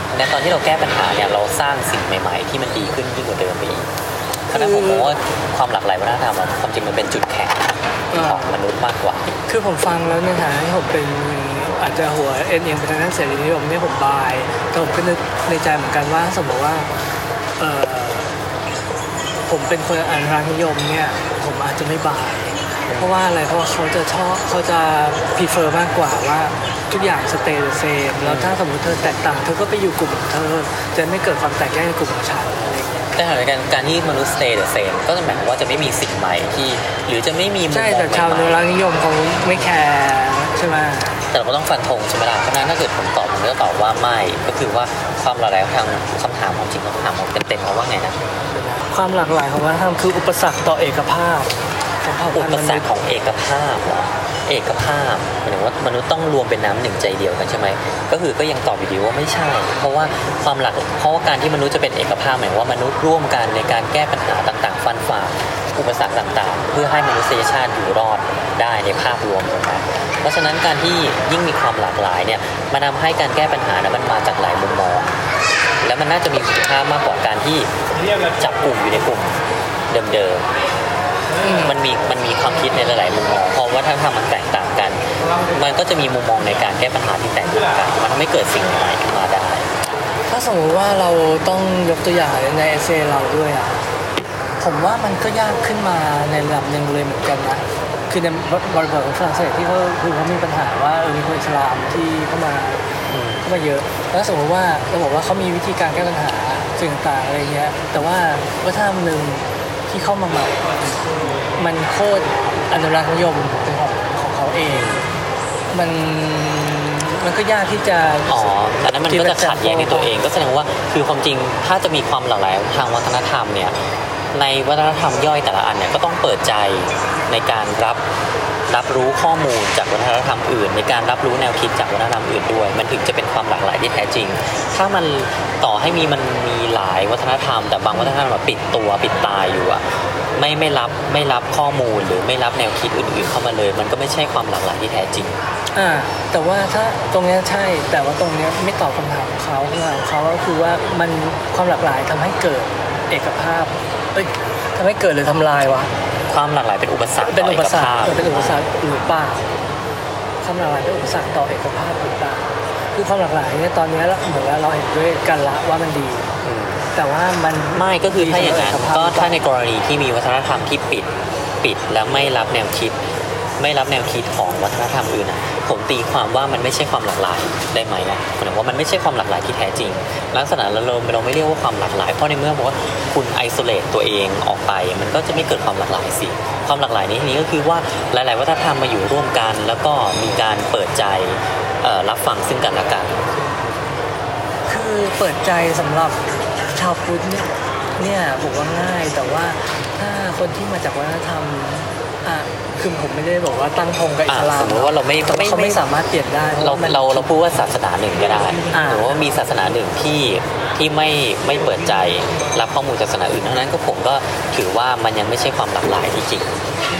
ในตอนที่เราแก้ปัญหาเนี่ยเราสร้างสิ่งใหม่ๆที่มันดีขึ้นยิ่งกว่าเดิมไปอีกเพราะฉะนั้นผมมองว่าความหลากหลายวัฒนธรรมความจริงมันเป็นจุดแข็งของมนุษย์มากกว่าคือผมฟังแล้วในฐานะที่ผมเป็นอาจจะหัวเอ็นเอียงไปทางด้านเสรีนิยมเนี่ยผมบายแต่ผมก็นึกในใจเหมือนกันว่าสมมติว่าเออผมเป็นคนอนุรักษ์นิยมเนี่ยผมอาจจะไม่บายเพราะว่าอะไรเพราะว่าเขาจะชอบเขาจะ prefer มากกว่าว่าทุกอย่าง stay the same แล้วถ้าสมมติเธอแตกต่างเธอก็ไปอยู่กลุ่มของเธอจะไม่เกิดความแตกแยกในกลุ่มของฉันอะไรอย่างเงี้ยแต่ในการการที่มนุษย์ stay the same ก็จะหมายความว่าจะไม่มีสิ่งใหม่ที่หรือจะไม่มีมุมมองใหม่ใช่แต่ชาวอนุรักษ์นิยมเขาไม่แคร์ใช่ไหมแต่เราก็ต้องฟันธงใช่ไหมล่ะเพราะนั้นถ้าเกิดผมตอบผมก็ตอบว่าไม่ก็คือว่าความหลากหลายทางคำถามของจริงคำถามของเต็มๆเขาว่าไงนะความหลากหลายของวัฒนธรรมคืออุปสรรคต่อเอกภาพอุปสรรคของเอกภาพเอกภาพหมายถึงว่ามนุษย์ต้องรวมเป็นน้ำหนึ่งใจเดียวกันใช่ไหมก็คือก็ยังตอบอยู่ดีว่าไม่ใช่เพราะว่าความหลักเพราะว่าการที่มนุษย์จะเป็นเอกภาพหมายว่ามนุษย์ร่วมกันในการแก้ปัญหาต่างๆฟันฝ่าอุปสรรคต่างๆเพื่อให้มนุษยชาติอยู่รอดได้ในภาพรวมถูกไหมเพราะฉะนั้นการที่ยิ่งมีความหลากหลายเนี่ยมันทำให้การแก้ปัญหานั้นมันมาจากหลายมุมมองและมันน่าจะมีคุณค่ามากกว่าการที่จับกลุ่มอยู่ในกลุ่มเดิมๆมันมีมันมีความคิดในหลายๆมุมมองเพราะว่าถ้าทำมันแตกต่างกันมันก็จะมีมุมมองในการแก้ปัญหาที่แตกต่างกันมันทำให้เกิดสิ่งใหม่ขึ้นมาได้ถ้าสมมติว่าเราต้องยกตัวอย่างในเอเซเราด้วยอ่ะผมว่ามันก็ยากขึ้นมาในระดับหนึ่งเลยเหมือนกันนะคือในบริบทของฝรั่งเศสที่เขาคือเขามีปัญหาว่าเออมีคนอิสลามที่เข้ามาเข้ามาเยอะแล้วสมมติว่าเราบอกว่าเขามีวิธีการแก้ปัญหาสิ่งต่างอะไรเงี้ยแต่ว่าวัฒนธรรมหนึ่งที่เข้ามาใหม่มันโคตรอนุรักษ์นิยมเป็นของของเขาเองมันมันก็ยากที่จะอ๋อแต่นั้นมันก็จะขัดแย้งในตัวเองก็แสดงว่าคือความจริงถ้าจะมีความหลากหลายทางวัฒนธรรมเนี่ยในวัฒนธรรมย่อยแต่ละอันเนี่ยก็ต้องเปิดใจในการรับรับรู้ข้อมูลจากวัฒนธรรมอื่นในการรับรู้แนวคิดจากวัฒนธรรมอื่นด้วยมันถึงจะเป็นความหลากหลายที่แท้จริงถ้ามันต่อให้มีมันมีหลายวัฒนธรรมแต่บางวัฒนธรรมปิดตัวปิดตาอยู่อะไม่ไม่รับไม่รับข้อมูลหรือไม่รับแนวคิดอื่นๆเข้ามาเลยมันก็ไม่ใช่ความหลากหลายที่แท้จริงอ่าแต่ว่าถ้าตรงนี้ใช่แต่ว่าตรงนี้ไม่ตอบคำถามของเขาคำถามของเขาก็คือว่ามันความหลากหลายทำให้เกิดเอกภาพเอ้ยทำให้เกิดหรือทำลายวะความหลากหลายเป็นอุปสรรคเป็นอุปสรรคเป็นอุปสรรคหรือเปล่าความหลากหลายเป็นอุปสรรคต่อเอกภาพหรือเปล่าคือความหลากหลายเนี่ยตอนนี้เหมือนว่าเราเห็นด้วยกันละว่ามันดีแต่ว่ามันไม่ก็คือถ้าอย่างนั้นก็ถ้าในกรณีที่มีวัฒนธรรมที่ปิดปิดแล้วไม่รับแนวคิดไม่รับแนวคิดของวัฒนธรรมอื่นนะผมตีความว่ามันไม่ใช่ความหลากหลายได้ไหมนะหมายถึงว่ามันไม่ใช่ความหลากหลายที่แท้จริงลักษณะเราเราไม่เรียกว่าความหลากหลายเพราะในเมื่อบอกว่าคุณไอโซเลตตัวเองออกไปมันก็จะไม่เกิดความหลากหลายสิความหลากหลายในที่นี้ก็คือว่าหลายๆวัฒนธรรมมาอยู่ร่วมกันแล้วก็มีการเปิดใจรับฟังซึ่งกันและกันคือเปิดใจสำหรับชาวพุทธเนี่ยเนี่ยผมว่าง่ายแต่ว่าถ้าคนที่มาจากวัฒนธรรมอ่ะคือผมไม่ได้บอกว่าตั้งธงกับอิสลามสมมติว่าเราไม่เขาไม่สามารถเปลี่ยนได้เราเราเราพูดว่าศาสนาหนึ่งก็ได้หรือว่ามีศาสนาหนึ่งที่ที่ไม่ไม่เปิดใจรับข้อมูลศาสนาอื่นเท่านั้นก็ผมก็ถือว่ามันยังไม่ใช่ความหลากหลายที่จริง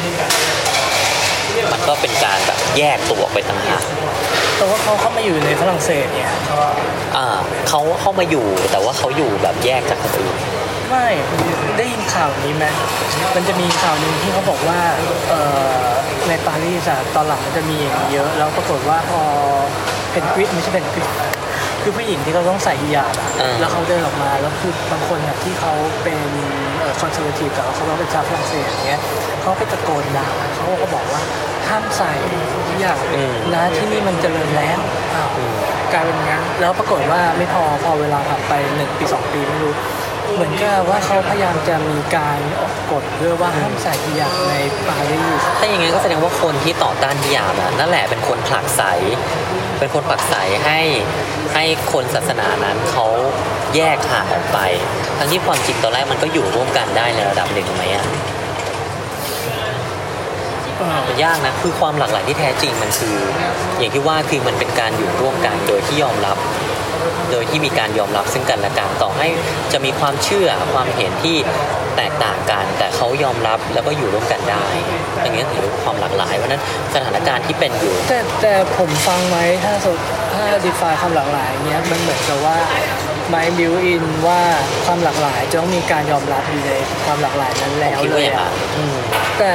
มันก็เป็นการแบบแยกตัวออกไปต่างหากแต่ว่าเขาเข้ามาอยู่ในฝรั่งเศสเนี่ยอ่าเขาเข้ามาอยู่แต่ว่าเขาอยู่แบบแยกจากคนอื่นไม่ได้ยินข่าวนี้ไหมมันจะมีข่าวนึงที่เขาบอกว่าเอ่อในปารีสตอนหลังมันจะมีอย่างเยอะแล้วปรากฏว่าพอเพนกวินไม่ใช่เพนกวินคือผู้หญิงที่เขาต้องใส่ฮิญาบอะแล้วเขาเดินออกมาแล้วคือบางคนที่เขาเป็นคอนเซอร์เวทีฟกับเขาเขาเป็นชาวฝรั่งเศสอย่างเงี้ยเขาไปตะโกนด่าเขาก็บอกว่าห้ามใส่ฮิญาบนะที่นี่มันเจริญแล้วกลายเป็นงั้นแล้วปรากฏว่าไม่พอพอเวลาผ่านไปหนึ่งปีสองปีไม่รู้เหมือนกับว่าเขาพยายามจะมีการออกกฎเพื่อว่าห้ามใส่ฮิญาบในปารีสถ้าอย่างงั้นก็แสดงว่าคนที่ต่อต้านฮิญาบนั่นแหละเป็นคนผลักไสเป็นคนผลักไสให้ให้คนศาสนานั้นเขาแยกห่างออกไปทั้งที่ความจริงตอนแรกมันก็อยู่ร่วมกันได้ในระดับหนึ่งไหมอ่ะมันยากนะคือความหลากหลายที่แท้จริงมันคืออย่างที่ว่าคือมันเป็นการอยู่ร่วมกันโดยที่ยอมรับโดยที่มีการยอมรับซึ่งกันและกันต่อให้จะมีความเชื่อความเห็นที่แตกต่างกันแต่เขายอมรับแล้วก็อยู่ร่วมกันได้อย่างนี้ถือความหลากหลายเพราะนั้นสถานการณ์ที่เป็นอยู่แต่แต่ผมฟังไหมถ้าถ้า define ความหลากหลายเนี้ยมันเหมือนกับว่าไม้บิวอินว่าความหลากหลายจะต้องมีการยอมรับอยู่ในความหลากหลายนั้นแล้วเลยแต่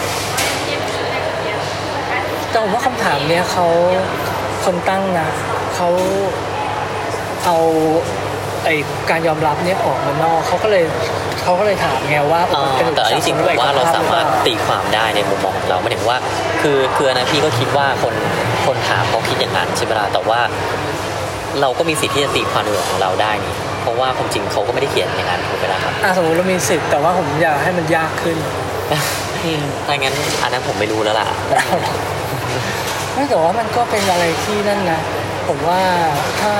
แต่ผมว่าคำถามเนี้ยเขาคนตั้งนะเขาเอาไอการยอมรับเนี่ยออกมานอกเขาก็เลยเขาก็เลยถามไงว่าแต่จริงๆผมว่าเราสามารถตีความได้ในมุมมองของเราไม่ถึงว่าคือคืออันนั้นพี่ก็คิดว่าคนคนถามเขาคิดอย่างนั้นใช่ไหมล่ะแต่ว่าเราก็มีสิทธิ์ที่จะตีความของเราได้นี่เพราะว่าความจริงเขาก็ไม่ได้เขียนอย่างนั้นถูกไหมล่ะครับสมมติเรามีสิทธิ์แต่ว่าผมอยากให้มันยากขึ้นถ้างั้นอันนั้นผมไม่รู้แล้วล่ะไม่แต่ว่ามันก็เป็นอะไรที่นั่นนะผมว่าถ้า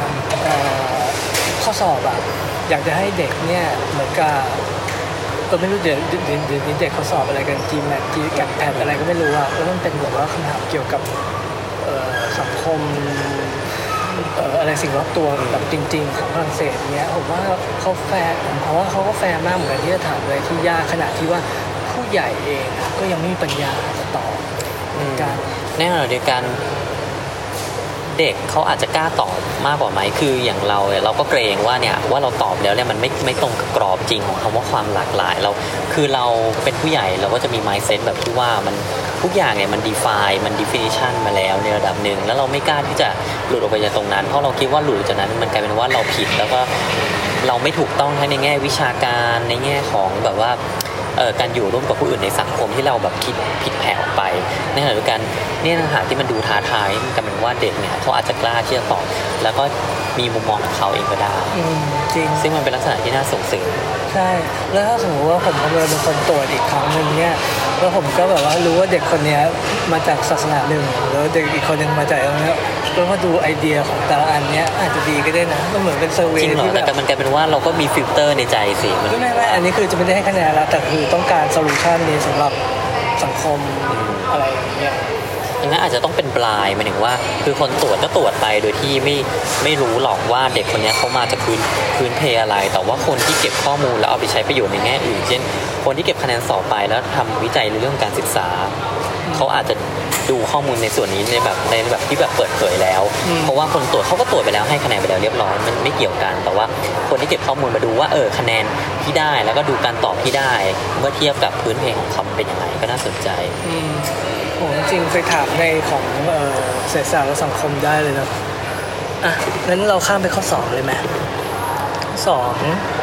ข้อสอบอะอยากจะให้เด็กเนี่ยเหมือนกับก็ไม่รู้เดี๋ยวเดี๋ยวเดี๋ยวนี้เด็กเขาสอบอะไรกันจีแมทจีแกดแพดอะไรก็ไม่รู้อะแล้วมันเป็นแบบว่าคำถามเกี่ยวกับสังคมอะไรสิ่งรอบตัวแบบจริงๆของฝรั่งเศสเนี้ยผมว่าเขาแฟร์ผมเพราะว่าเขาก็แฟร์มากเหมือนกันที่จะถามเลยที่ยากขนาดที่ว่าผู้ใหญ่เองก็ยังไม่มีปัญญาจะตอบการแน่นอนเดียวกันเด็กเขาอาจจะกล้าตอบมากกว่าไหมคืออย่างเราเราก็เกรงว่าเนี่ยว่าเราตอบแล้วเนี่ยมันไม่ไม่ตรงกับกรอบจริงของคำว่าความหลากหลายเราคือเราเป็นผู้ใหญ่เราก็จะมี mindset แบบที่ว่ามันทุกอย่างเนี่ยมัน define มัน definition มาแล้วในระดับหนึ่งแล้วเราไม่กล้าที่จะหลุดออกไปจากตรงนั้นเพราะเราคิดว่าหลุดจากนั้นมันกลายเป็นว่าเราผิดแล้วก็เราไม่ถูกต้องทั้งในแง่วิชาการในแง่ของแบบว่าการอยู่ร่วมกับผู้อื่นในสังคมที่เราแบบคิดผิดแผกออกไปในขณะเดียวกันเนี่ยต่างหากที่มันดูท้าทายแต่มันว่าเด็กเนี่ยเขาอาจจะกล้าที่จะตอบแล้วก็มีมุมมองของเขาเองก็ได้จริงซึ่งมันเป็นลักษณะที่น่าส่งเสริมใช่แล้วถ้าสมมติว่าผมกำลังเป็นคนตรวจอีกครั้งหนึ่งเนี่ยแล้วผมก็แบบว่ารู้ว่าเด็กคนนี้มาจากศาสนาหนึ่งแล้วเด็กอีกคนนึงมาจากอะไรแล้วแล้วมาดูไอเดียของแต่ละอันเนี้ยอาจจะดีก็ได้นะมันเหมือนเป็นเซอร์เวย์ที่แบบแต่มันกลายเป็นว่าเราก็มีฟิลเตอร์ในใจสิไม่ไม่ไม่อันนี้คือจะไม่ได้ให้คะแนนแล้วแต่คือต้องการโซลูชันนี้สำหรับสังคมอะไรอย่างเงี้ยอย่างนั้นอาจจะต้องเป็นปลายหมายถึงว่าคือคนตรวจก็ตรวจไปโดยที่ไม่ไม่รู้หรอกว่าเด็กคนนี้เขามาจากพื้นพื้นเพอะไรแต่ว่าคนที่เก็บข้อมูลแล้วเอาไปใช้ประโยชน์ในแง่อื่นเช่นคนที่เก็บคะแนนสอบไปแล้วทำวิจัยในเรื่องการศึกษาเขาอาจจะดูข้อมูลในส่วนนี้ในแบบในแบบที่แบบเปิดเผยแล้วเพราะว่าคนตรวจเขาก็ตรวจไปแล้วให้คะแนนไปแล้วเรียบร้อยมันไม่เกี่ยวกันแต่ว่าคนที่เก็บข้อมูลมาดูว่าเออคะแนนที่ได้แล้วก็ดูการตอบที่ได้เมื่อเทียบกับพื้นเพของคำเป็นยังไงก็น่าสนใจผมจริงไปถามในของเศรษฐศาสตร์และสังคมได้เลยนะอ่ะงั้นเราข้ามไปข้อสองเลยไหมข้อสอง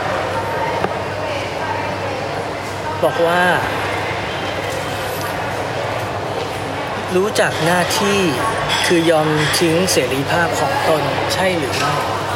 บอกว่ารู้จักหน้าที่คือยอมทิ้งเสรีภาพของตนใช่หรือไม่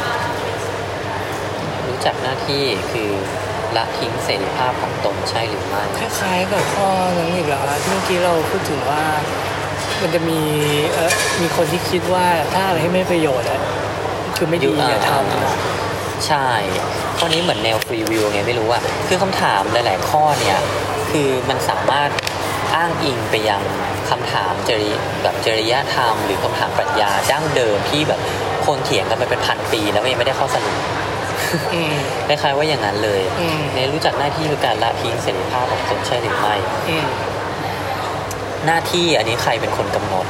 รู้จักหน้าที่คือละทิ้งเสรีภาพของตนใช่หรือไม่คล้ายๆกับข้อนั้นอีกแล้วที่เมื่อกี้เราพูดถึงว่ามันจะมีเออมีคนที่คิดว่าถ้าอะไรที่ไม่ประโยชน์อะคือไม่ดีอย่าทำใช่ข้อนี้เหมือนแนวฟรีวิวไงไม่รู้อะคือคำถามหลายๆข้อเนี่ยคือมันสามารถอ้างอิงไปยังคำถามจริแบบจริยธรรมหรือคำถามปรัชญาดั้งเดิมที่แบบคนเถียงกันไปเป็นพันปีแล้วก็ยังไม่ได้ข้อสรุปคล้ายๆว่าอย่างนั้นเลยเนี่ยรู้จักหน้าที่คือการละทิ้งเสรีภาพของตนใช่หรือไม่หน้าที่อันนี้ใครเป็นคนกำหนด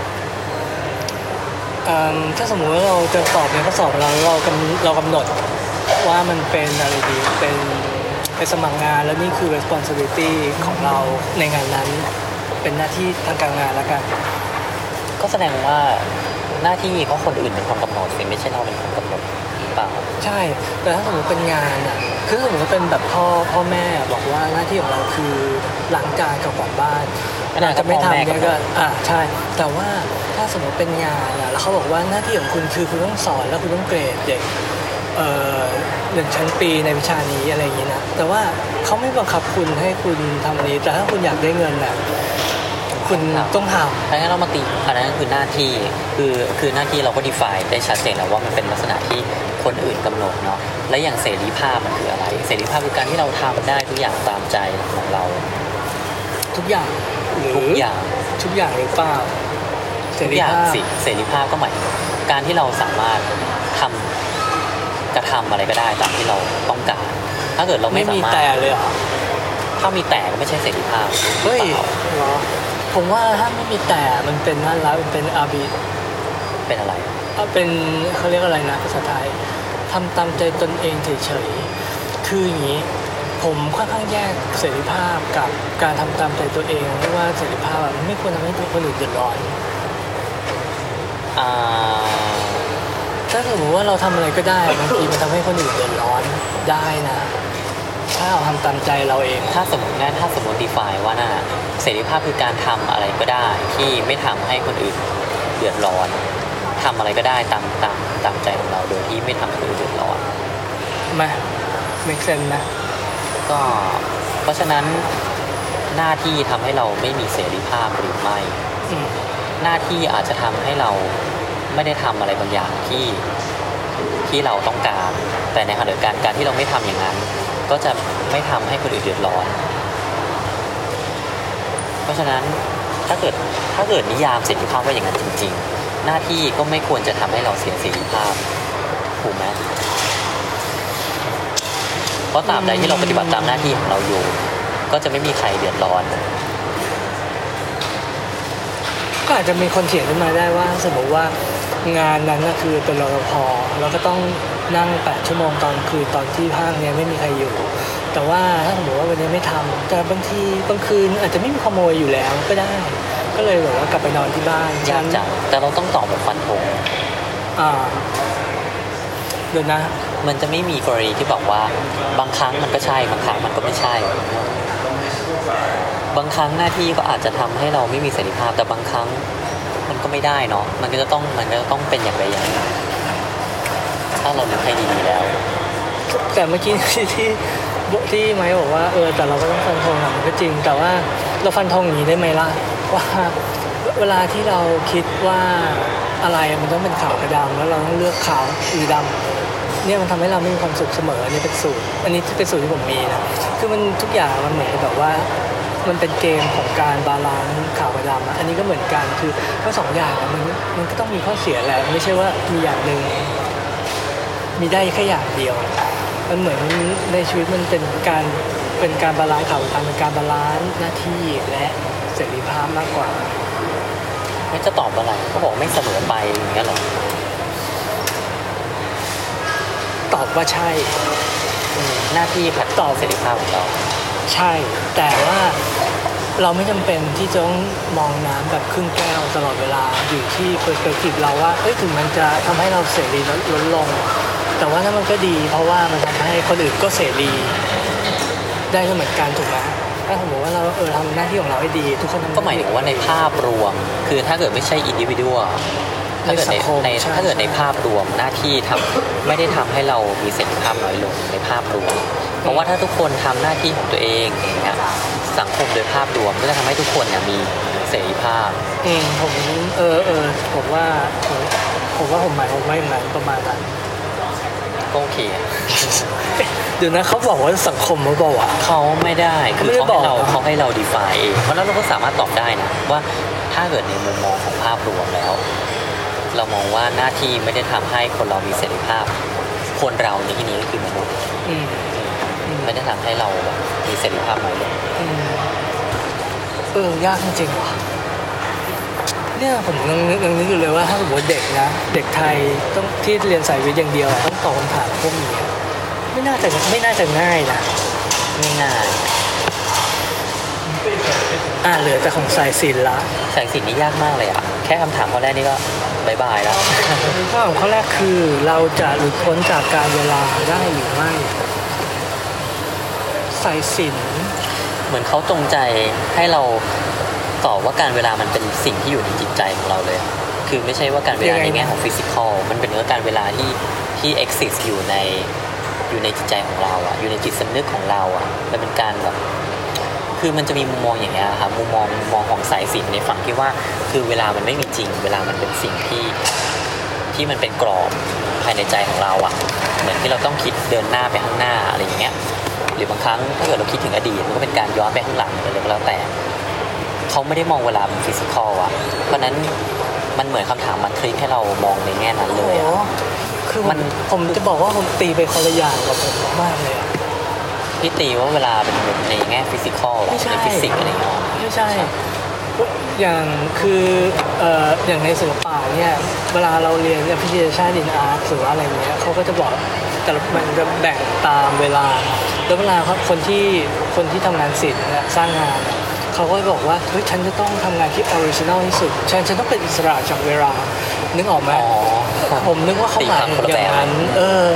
ถ้าสมมติว่าเราจะตอบในข้อสอบเราเรากำเรากำหนดว่ามันเป็นอะไรดีเป็นไปสมัครงานแล้วนี่คือ responsibility ของเราในงานนั้นเป็นหน้าที่ทางการงานแล้วกันก็แสดงว่าหน้าที่เขาคนอื่นเป็นคนกำหนดสิไม่ใช่เราเป็นคนกำหนดหรือเปล่าใช่แต่ถ้าสมมติเป็นงานอ่ะคือสมมติว่าเป็นแบบพ่อพ่อแม่บอกว่าหน้าที่ของเราคือล้างจานกับกวาดบ้านอาจจะไม่ทำเนี่ยก็อ่าใช่แต่ว่าถ้าสมมติเป็นงานอ่ะแล้วเขาบอกว่าหน้าที่ของคุณคือคุณต้องสอนแล้วคุณต้องเกรดเด็กเอ่อหนึ่งชั้นปีในวิชานี้อะไรอย่างนี้นะแต่ว่าเขาไม่บังคับคุณให้คุณทำนี้แต่ถ้าคุณอยากได้เงินน่ะคุณต้องทำแล้วเรามาตีอันนั้นคือหน้าที่คือคือหน้าที่เราก็ define ได้ชัดเจนแล้วว่ามันเป็นลักษณะที่คนอื่นกำหนดเนาะและอย่างเสรีภาพมันคืออะไรเสรีภาพคือการที่เราทำได้ทุกอย่างตามใจของเราทุกอย่างหรือทุกอย่างทุกอย่างหรือเปล่าทุกอย่างสิเสรีภาพก็หมายการที่เราสามารถทำกระทำอะไรก็ได้ตามที่เราต้องการถ้าเกิดเราไม่สามารถไม่มีแต่เลยเหรอถ้ามีแต่ก็ไม่ใช่เสรีภาพเฮ้ยเหรอผมว่าถ้าไม่มีแต่มันเป็นนั่นแล้วมันเป็นอาบีเป็นอะไรเป็นเขาเรียกอะไรนะภาษาไทยทำตามใจตนเองเฉยๆคืออย่างนี้ผมค่อนข้างแยกเสรีภาพกับการทำตามใจตัวเองไม่ว่าเสรีภาพมันไม่ควรทำให้ตัวคนอื่นเดือดร้อนอ่าถ้าสมมติว่าเราทำอะไรก็ได้บางทีมันทำให้คนอื่นเดือดร้อนได้นะถ้าเราทำตามใจเราเองถ้าสมมตินะถ้าสมมติ define ว่าน่ะเสรีภาพคือการทำอะไรก็ได้ที่ไม่ทำให้คนอื่นเดือดร้อนทำอะไรก็ได้ตามตามตามใจของเราโดยที่ไม่ทำให้คนอื่นเดือดร้อนมา make sense นะก็เพราะฉะนั้นหน้าที่ทำให้เราไม่มีเสรีภาพหรือไม่หน้าที่อาจจะทำให้เราไม่ได้ทำอะไรบางอย่างที่ที่เราต้องการแต่ในขณะเดียวกันการที่เราไม่ทำอย่างนั้นก็จะไม่ทำให้คนอื่นเดือดร้อนเพราะฉะนั้นถ้าเกิดถ้าเกิดนิยามเสรีภาพว่าอย่างนั้นจริงๆหน้าที่ก็ไม่ควรจะทำให้เราเสียเสรีภาพถูกไหมเพราะตราบใดที่เราปฏิบัติตามหน้าที่ของเราอยู่ก็จะไม่มีใครเดือดร้อนก็อาจจะมีคนเถียงขึ้นมาได้ว่าสมมติว่างานนั้นก็คือเป็นรปภเราก็ต้องนั่งแปดชั่วโมงตอนคือตอนที่ห้างเนี่ยไม่มีใครอยู่แต่ว่าถ้าสมมติว่าวันนี้ไม่ทำแต่บางทีบางคืนอาจจะไม่มีขโมยอยู่แล้วก็ได้ก็เลยแบบว่ากลับไปนอนที่บ้านยากจังแต่เราต้องตอบแบบฟันธงอ่าเดี๋ยวนะมันจะไม่มีกรณีที่บอกว่าบางครั้งมันก็ใช่บางครั้งมันก็ไม่ใช่บางครั้งหน้าที่ก็อาจจะทำให้เราไม่มีเสรีภาพแต่บางครั้งมันก็ไม่ได้เนาะมันก็จะต้องมันก็ต้องเป็นอย่างไรอย่างนึงถ้าเรานึกให้ดีๆแล้วแต่เมื่อกี้ที่ที่ที่ไม้บอกว่าเออแต่เราก็ต้องฟันธงนะมันก็จริงแต่ว่าเราฟันธงอย่างนี้ได้ไหมล่ะว่าเวลาที่เราคิดว่าอะไรมันต้องเป็นขาวกับดำแล้วเราต้องเลือกขาวหรือดำเนี่ยมันทำให้เราไม่มีความสุขเสมออันนี้เป็นสูตรอันนี้เป็นสูตรที่ผมมีนะคือมันทุกอย่างมันเหมือนแบบว่ามันเป็นเกมของการบาลานซ์ขาวกับดำอันนี้ก็เหมือนกันคือทั้งสองอย่างมันมันก็ต้องมีข้อเสียแหละไม่ใช่ว่ามีอย่างหนึ่งมีได้แค่อย่างเดียวมันเหมือนในชีวิตมันเป็นการเป็นการบาลานซ์ขาวกับดำเป็นการบาลานซ์หน้าที่และเสรีภาพมากกว่าไม่จะตอบอะไรก็บอกไม่เสมอไปอย่างเงี้ยหรอตอบว่าใช่หน้าที่ขัดต่อเสรีภาพของเราใช่แต่ว่าเราไม่จำเป็นที่จะต้องมองน้ำแบบครึ่งแก้วตลอดเวลาอยู่ที่เปอร์สเปกทีฟเราว่าเอ้ยถึงมันจะทำให้เราเสรีลดลงแต่ว่าถ้ามันก็ดีเพราะว่ามันทำให้คนอื่นก็เสรีได้เหมือนกันถูกไหมถ้าสมมติว่าเราเออทำหน้าที่ของเราให้ดีทุกคนก็หมายถึงว่าในภาพรวมคือถ้าเกิดไม่ใช่อินดิวิวดัลถ้าเกิดในในถ้าเกิดในภาพรวมหน้าที่ทำไม่ได้ทำให้เรามีเสรีภาพน้อยลงในภาพรวมเพราะว่าถ้าทุกคนทำหน้าที่ของตัวเองอย่างเงี้ยสังคมโดยภาพรวมก็จะทำให้ทุกคนเนี่ยมีเสรีภาพเองผมเออเออผมว่าผมว่าผมหมายผมว่าอย่างนั้นประมาณนั้นก็โอเคเดี๋ยวนะเขาบอกว่าสังคมเขาบอกว่าเขาไม่ได้คือเขาให้เราเขาให้เรา define เองเพราะนั้นเราก็สามารถตอบได้นะว่าถ้าเกิดในมุมมองของภาพรวมแล้วเรามองว่าหน้าที่ไม่ได้ทำให้คนเรามีเสรีภาพคนเราในที่นี้ก็คือมนุษย์ไม่ได้ทำให้เรามีเสรีภาพน้อยลงเออยากจริงๆว่ะเนี่ยผมยังนึกยังนึกอยู่เลยว่าถ้าสมมติเด็กนะเด็กไทยต้องที่เรียนสายวิทย์อย่างเดียวต้องตอบคำถามพวกนี้ไม่น่าจะไม่น่าจะง่ายนะไม่ง่ายอ่าเหลือแต่ของสายศิลป์ละสายศิลป์นี่ยากมากเลยอ่ะแค่คำถามข้อแรกนี่ก็บายบายแล้วข้อข้อแรกคือเราจะหลุดพ้นจากการเวลาได้หรือไม่สายศิลป์เหมือนเขาจงใจให้เราตอบว่าการเวลามันเป็นสิ่งที่อยู่ในจิตใจของเราเลยคือไม่ใช่ว่าการเวลาในแง่ของฟิสิกอลมันเป็นเรื่องการเวลาที่ที่ exist อยู่ในอยู่ในจิตใจของเราอ่ะอยู่ในจิตสำนึกของเราอ่ะมันเป็นการแบบคือมันจะมีมุมมองอย่างเงี้ยครับมุมมองมุมมองของสายศิลป์ในฝั่งที่ว่าคือเวลามันไม่มีจริงเวลามันเป็นสิ่งที่ที่มันเป็นกรอบภายในใจของเราอ่ะเหมือนที่เราต้องคิดเดินหน้าไปข้างหน้าอะไรอย่างเงี้ยหรือบางครั้งถ้าเกิดเราคิดถึงอดีตมันก็เป็นการย้อนไปข้างหลังอะไรก็แล้วแต่เขาไม่ได้มองเวลาเป็นฟิสิกอลอ่ะเพราะนั้นมันเหมือนคำถามมันทริคให้เรามองในแง่นั้นเลยอ่ะคือมันผมจะบอกว่าผมตีไปคนละอย่างกับผมมากเลยอ่ะพี่ตีว่าเวลาเป็นในแง่ฟิสิกอลหรอในฟิสิกส์อะไรเงี้ยไม่ใช่อย่างคือเอ่ออย่างในศิลปะเนี่ยเวลาเราเรียน appreciation in art หรือว่าอะไรเงี้ยเขาก็จะบอกแต่มันจะแบ่งตามเวลาแล้วเวลาคนที่คนที่ทำงานศิลป์เนี่ยสร้างงานเขาก็บอกว่าเฮ้ยฉันจะต้องทำงานที่ original ที่สุดฉันฉันต้องเป็นอิสระจากเวลานึกออกไหมผมนึกว่าเขาหมายถึงอย่างนั้นเออ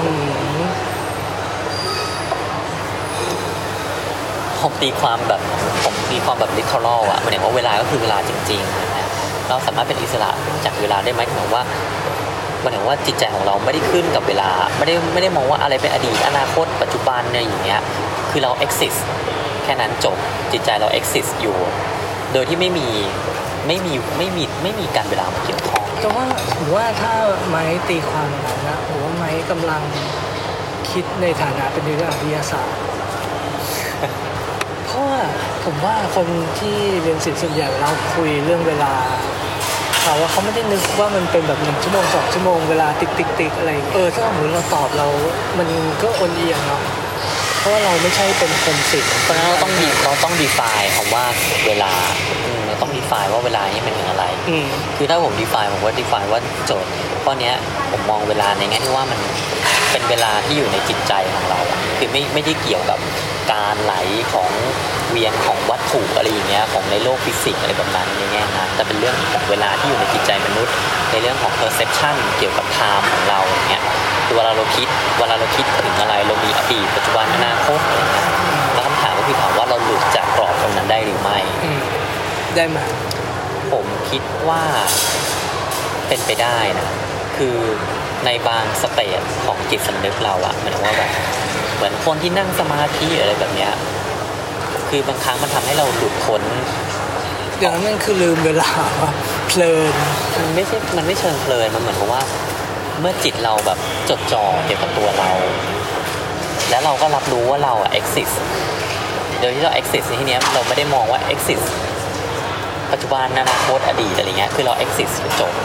ผมตีความแบบผมตีความแบบ literal อ่ะหมายถึงว่าเวลาก็คือเวลาจริงๆนะเราสามารถเป็นอิสระจากเวลาได้ไหมถึงว่าหมายถึงว่าจิตใจของเราไม่ได้ขึ้นกับเวลาไม่ได้ไม่ได้มองว่าอะไรเป็นอดีตอนาคตปัจจุบันเนี่ยอย่างเงี้ยคือเรา exist แค่นั้นจบจิตใจเรา exist อยู่โดยที่ไม่มีไม่มีไม่มีไม่มีการเวลามาเกี่ยวข้องแต่ว่าผมว่าถ้าไม้ตีความนั้นนะผมว่าไม้กำลังคิดในฐานะเป็นนักวิทยาศาสตร์เพราะว่าผมว่าคนที่เรียนศิลป์ส่วนใหญ่เราคุยเรื่องเวลาเขาว่าเขาไม่ได้นึกว่ามันเป็นแบบหนึ่งชั่วโมงสองชั่วโมงเวลาติ๊กติ๊กติ๊กอะไรเออถ้าสมมติเราตอบเรามันก็อ่อนเอียงเนาะเพราะว่าเราไม่ใช่เป็นคนศิลป์เพราะฉะนั้นเราต้องดีเราต้อง define คำว่าเวลาเราต้อง define ว่าเวลานี้เป็นอะไรคือถ้าผม define ผมว่า define ว่าโจทย์ข้อนี้ผมมองเวลาในแง่ที่ว่ามันเป็นเวลาที่อยู่ในจิตใจของเราคือไม่ไม่ได้เกี่ยวกับการไหลของเวียนของวัตถุอะไรอย่างเงี้ยของในโลกฟิสิกส์อะไรแบบนั้นในแง่นะแต่เป็นเรื่องของเวลาที่อยู่ในจิตใจมนุษย์ในเรื่องของ perception เกี่ยวกับ time ของเราอย่างเงี้ยคือเวลาเราคิดเวลาเราคิดถึงอะไรเรามีอดีตปัจจุบันอนาคตอะไรเงี้ยแล้วคำถามก็คือถามว่าเราหลุดจากกรอบตรงนั้นได้หรือไม่ได้ไหมผมคิดว่าเป็นไปได้นะคือในบางสเตจของจิตสำนึกเราอะเหมือนว่าแบบเหมือนคนที่นั่งสมาธิอะไรแบบเนี้ยคือบางครั้งมันทำให้เราหลุดพ้นอย่างนั้นคือลืมเวลาเพลินมันไม่ใช่มันไม่เชิงเพลินมันเหมือนกับว่าเมื่อจิตเราแบบจดจ่อเกี่ยวกับตัวเราแล้วเราก็รับรู้ว่าเราอะ exist โดยที่เรา exist ในที่นี้เราไม่ได้มองว่า exist ปัจจุบันอนาคตอดีตอะไรเงี้ยคือเรา exist จบ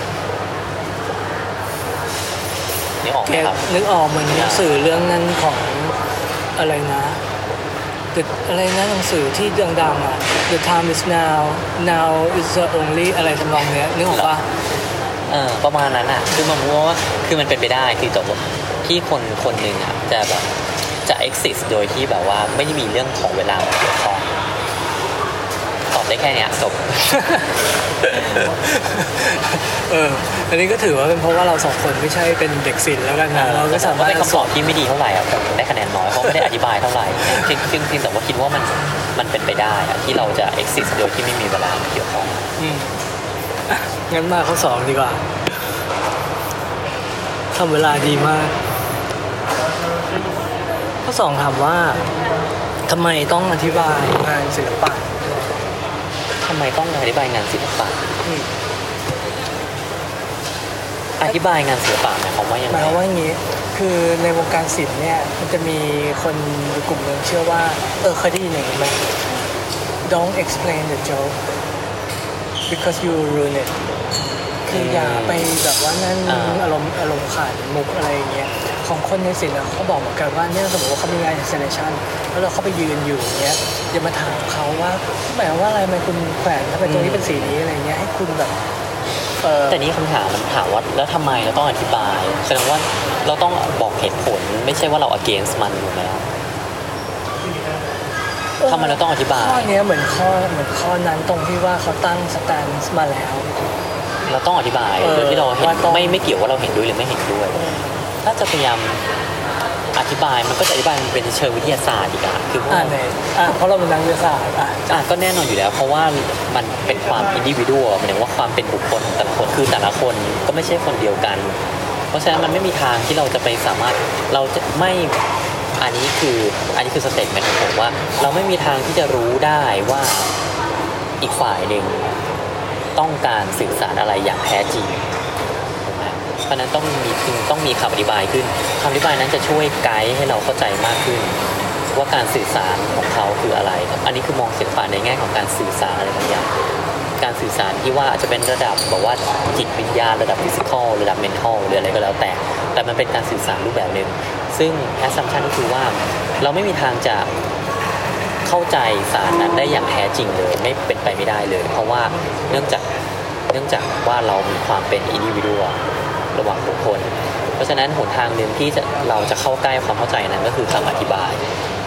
นึกออกไหมครับนึกออกเหมือนหนังสือเรื่องนั้นของอะไรนะอะไรนะหนังสือที่ดังๆอ่ะ The time is now now is the only อะไรทำนองเนี้ยนึกออกป่ะเออประมาณนั้นอ่ะคือมันว่าคือมันเป็นไปได้คือจบที่คนคนหนึ่งอ่ะจะแบบจะ exist โดยที่แบบว่าไม่ได้มีเรื่องของเวลามาเกี่ยวข้องตอบได้แค่เนี้ยจบเอออันนี้ก็ถือว่าเป็นเพราะว่าเราสองคนไม่ใช่เป็นเด็กศิลป์แล้วกันนะเราก็สามารถได้คำตอบที่ไม่ดีเท่าไหร่อ่ะผมได้คะแนนน้อยเพราะไม่ได้อธิบายเท่าไหร่จริงจริงแต่ว่าคิดว่ามันมันเป็นไปได้อ่ะที่เราจะ exist โดยที่ไม่มีเวลาเกี่ยวข้องอืมงั้นมาข้อสองดีกว่าทำเวลาดีมากข้อสองถามว่าทำไมต้องอธิบายงานศิลปะทำไมต้องอธิบายงานศิลปะอธิบายงานศิลปะหมายความว่ายังไงหมายความว่าอย่างนี้คือในวงการศิลป์เนี่ยมันจะมีคนกลุ่มหนึ่งเชื่อว่าเออเคยได้ยินอย่างนี้ไหม Don't explain the joke because you ruin it คืออย่าไปแบบว่านั่นอารมณ์อารมณ์ขันมุกอะไรอย่างเงี้ยของคนในศิลป์เขาบอกเหมือนกันว่าเนี่ยสมมติว่าเขามีงาน installation แล้วเราเข้าไปยืนอยู่เงี้ยอย่ามาถามเขาว่าหมายว่าอะไรทำไมคุณแขวนทำไมตรงนี้เป็นสีนี้อะไรเงี้ยให้คุณแบบแต่นี้คำถามมันถามว่าแล้วทำไมเราต้องอธิบายแสดงว่าเราต้องบอกเหตุผลไม่ใช่ว่าเรา against มันอยู่แล้วทำไมเราต้องอธิบายข้อนี้เหมือนข้อเหมือนข้อนั้นตรงที่ว่าเขาตั้งสแตนซ์มาแล้วเราต้องอธิบายโดยที่เราเห็นไม่ไม่เกี่ยวว่าเราเห็นด้วยหรือไม่เห็นด้วยถ้าจะพยายามอธิบายมันก็จะอธิบายมันเป็นเชิงวิทยาศาสตร์อีกอะคือว่าอ่าเพราะเราเป็นนักวิทยาศาสตร์อ่ะก็แน่นอนอยู่แล้วเพราะว่ามันเป็นความอินดิวิวหมายถึงว่าความเป็นบุคคลของแต่ละคนคือแต่ละคนก็ไม่ใช่คนเดียวกันเพราะฉะนั้นมันไม่มีทางที่เราจะไปสามารถเราจะไม่อันนี้คืออันนี้คือสเตทเมนต์ของผมว่าเราไม่มีทางที่จะรู้ได้ว่าอีกฝ่ายหนึ่งต้องการสื่อสารอะไรอย่างแท้จริงเพราะนั้นต้องมีต้องมีคำอธิบายขึ้นคำอธิบายนั้นจะช่วยไกด์ให้เราเข้าใจมากขึ้นว่าการสื่อสารของเขาคืออะไรอันนี้คือมองศิลปะในแง่ของการสื่อสารอะไรบางอย่างการสื่อสารที่ว่าอาจจะเป็นระดับแบบว่าจิตวิญญาณระดับฟิสิกอลระดับเมนทัลหรืออะไรก็แล้วแต่แต่มันเป็นการสื่อสารรูปแบบหนึ่งซึ่งแอสซัมชันก็คือว่าเราไม่มีทางจะเข้าใจสารนั้นได้อย่างแท้จริงเลยไม่เป็นไปไม่ได้เลยเพราะว่าเนื่องจากเนื่องจากว่าเรามีความเป็นอินดิวิวระหว่างบุคคลเพราะฉะนั้นหนทางหนึ่งที่จะเราจะเข้าใกล้ความเข้าใจนั้นก็คือคำอธิบาย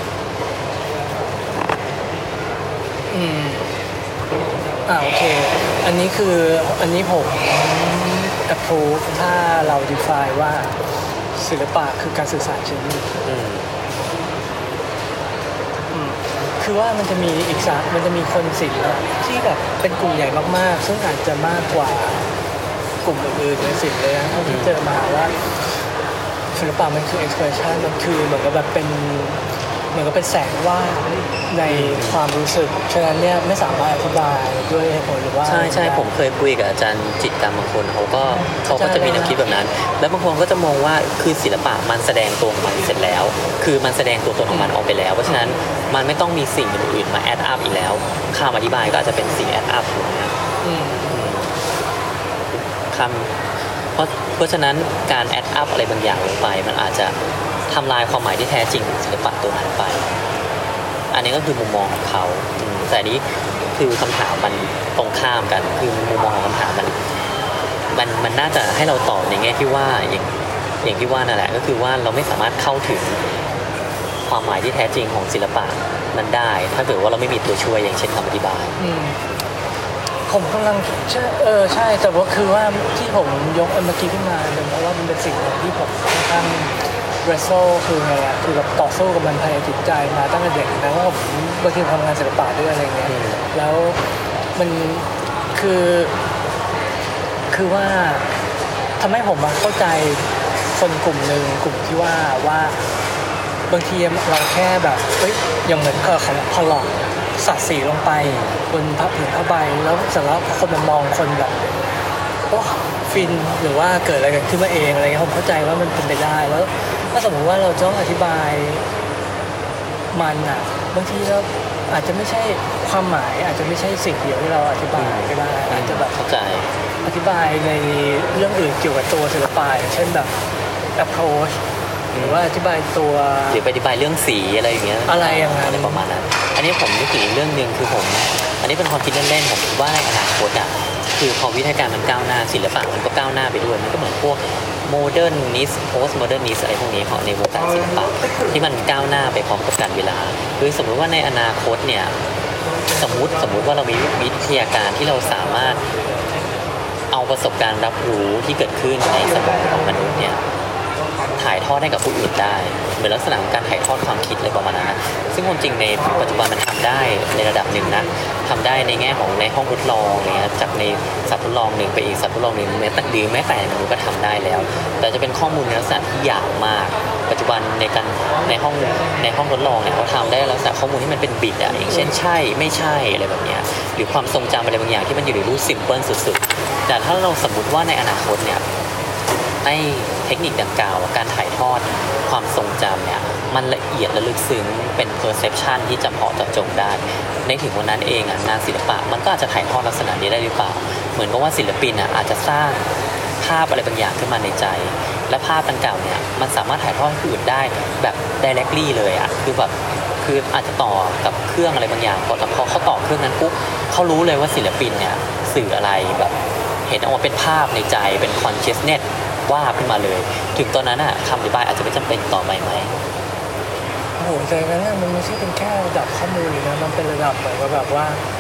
อืมอ่าโอเคอันนี้คืออันนี้ผม approve ถ้าเรา define ว่าศิลปะคือการสื่อสารเชิงลึกอืมอืมคือว่ามันจะมีอีกสามันจะมีคนศิลป์ที่แบบเป็นกลุ่มใหญ่มากๆซึ่งอาจจะมากกว่ากลุ่มอื่นๆในศิลป์เลยนะที่เจอมาว่าศิลปะมันคือ expression มันคือเหมือนกับแบบเป็นเหมือนกับเป็นแสงว่าในความรู้สึกฉะนั้นเนี่ยไม่สามารถอธิบายด้วยเหตุผลหรือว่าใช่ใช่ผมเคยคุยกับอาจารย์จิตรกรรมบางคนเขาก็เขาก็จะมีแนวคิดแบบนั้นแล้วบางคนก็จะมองว่าคือศิลปะมันแสดงตัวของมันเสร็จแล้วคือมันแสดงตัวตนของมันออกไปแล้วเพราะฉะนั้นมันไม่ต้องมีสิ่งอื่นๆมาแอดอัพอีกแล้วคำอธิบายก็อาจจะเป็นสิ่งแอดอัพนะคำเพราะเพราะฉะนั้นการแอดอัพอะไรบางอย่างลงไปมันอาจจะทำลายความหมายที่แท้จริงของศิลปะตัวนั้นไปอันนี้ก็คือมุมมองของเขาแต่นี้คือคำถามมันตรงข้ามกันคือมุมมองของคำถามมันมันมันน่าจะให้เราตอบในแง่ที่ว่าอย่างอย่างที่ว่านั่นแหละก็คือว่าเราไม่สามารถเข้าถึงความหมายที่แท้จริงของศิลปะนั้นได้ถ้าเกิดว่าเราไม่มีตัวช่วยอย่างเช่นคำอธิบายผมกำลังใช่เออใช่แต่ว่าคือว่าที่ผมยกเมื่อกี้ขึ้นมาเป็นเพราะว่ามันเป็นสิ่งที่ผมค่อนข้างเรสโซคือไงอ่ะคือแบบต่อสู้กับมันภายในจิตใจมาตั้งแต่เด็กนะว่าผมบางทีทำงานศิลปะด้วยอะไรเงี้ยแล้วมันคือคือว่าทำให้ผมมาเข้าใจคนกลุ่มหนึ่งกลุ่มที่ว่าว่าบางทีเราแค่แบบเอ้ยอย่างเหมือนเออของพอลอกสัดสีลงไปบนผ้าผืนผ้าใบแล้วเสร็จแล้วคนมามองคนแบบโอ้ฟินหรือว่าเกิดอะไรกันขึ้นมาเองอะไรเงี้ยผมเข้าใจว่ามันเป็นไปได้แล้วถ้าสมมติว่าเราต้องอธิบายมันอ่ะบางทีเราอาจจะไม่ใช่ความหมายอาจจะไม่ใช่สิ่งเดียวที่เราอธิบายก็ได้อาจจะแบบเข้าใจอธิบายในเรื่องอื่นเกี่ยวกับตัวศิลปะเช่นแบบ approach หรือว่าอธิบายตัวหรืออธิบายเรื่องสีอะไรอย่างเงี้ยอะไรอย่างเงี้ยอะไรประมาณนั้นอันนี้ผมนึกถึงอีกเรื่องนึงคือผมอันนี้เป็นความคิดเล่นๆผมคิดว่าในอนาคตอ่ะคือพอวิทยาการมันก้าวหน้าศิลปะมันก็ก้าวหน้าไปด้วยมันก็เหมือนพวกโมเดิร์นนิสต์โพสต์โมเดิร์นนิสต์อะไรพวกนี้ของในวงการศิลปะที่มันก้าวหน้าไปพร้อมกับการเวลาคือสมมติว่าในอนาคตเนี่ยสมมติสมมติว่าเรามีวิทยาการที่เราสามารถเอาประสบการณ์รับรู้ที่เกิดขึ้นในสมองของมนุษย์เนี่ยถ่ายทอดให้กับผู้อื่นได้เหมือนลักษณะของการถ่ายทอดความคิดอะไรประมาณนั้นซึ่งความจริงในปัจจุบันมันทำได้ในระดับหนึ่งนะทำได้ในแง่ของในห้องทดลองเนี่ยจากในสัตว์ทดลองหนึ่งไปอีกสัตว์ทดลองหนึ่งแม้แต่ดีแม้แต่มนุษย์ก็ทำได้แล้วแต่จะเป็นข้อมูลในลักษณะที่ยาวมากปัจจุบันในการในห้องในห้องทดลองเนี่ยเขาทำได้ลักษณะข้อมูลที่มันเป็นบิตอ่ะอย่างเช่นใช่ไม่ใช่อะไรแบบนี้หรือความทรงจำอะไรบางอย่างที่มันอยู่ในรูปซิมเพิลสุดๆแต่ถ้าเราสมมติว่าในอนาคตเนี่ยให้เทคนิคดังกล่าวการถ่ายทอดความทรงจำเนี่ยมันละเอียดและลึกซึ้งเป็น perception ที่จำเพาะเจาะจงได้ในถึงวันนั้นเองอ่ะงานศิลปะมันก็อาจจะถ่ายทอดลักษณะนี้ได้หรือเปล่าเหมือนกับว่าศิลปินอ่ะอาจจะสร้างภาพอะไรบางอย่างขึ้นมาในใจและภาพดังกล่าวเนี่ยมันสามารถถ่ายทอดให้ผู้อื่นได้แบบ directly เลยอ่ะคือแบบคืออาจจะต่อกับเครื่องอะไรบางอย่างพอพอเขาต่อเครื่องนั้นปุ๊บเขารู้เลยว่าศิลปินเนี่ยสื่ออะไรแบบเห็นออกมาเป็นภาพในใจเป็น consciousnessว่าขึ้นมาเลยถึงตอนนั้นอ่ะคำอธิบายอาจจะไม่จำเป็นต่อไปไหมโอ้โหใจกันเนี่ยมันไม่ใช่เป็นแค่ระดับข้อมูลนะมันเป็นระดับแบบว่าแบบว่า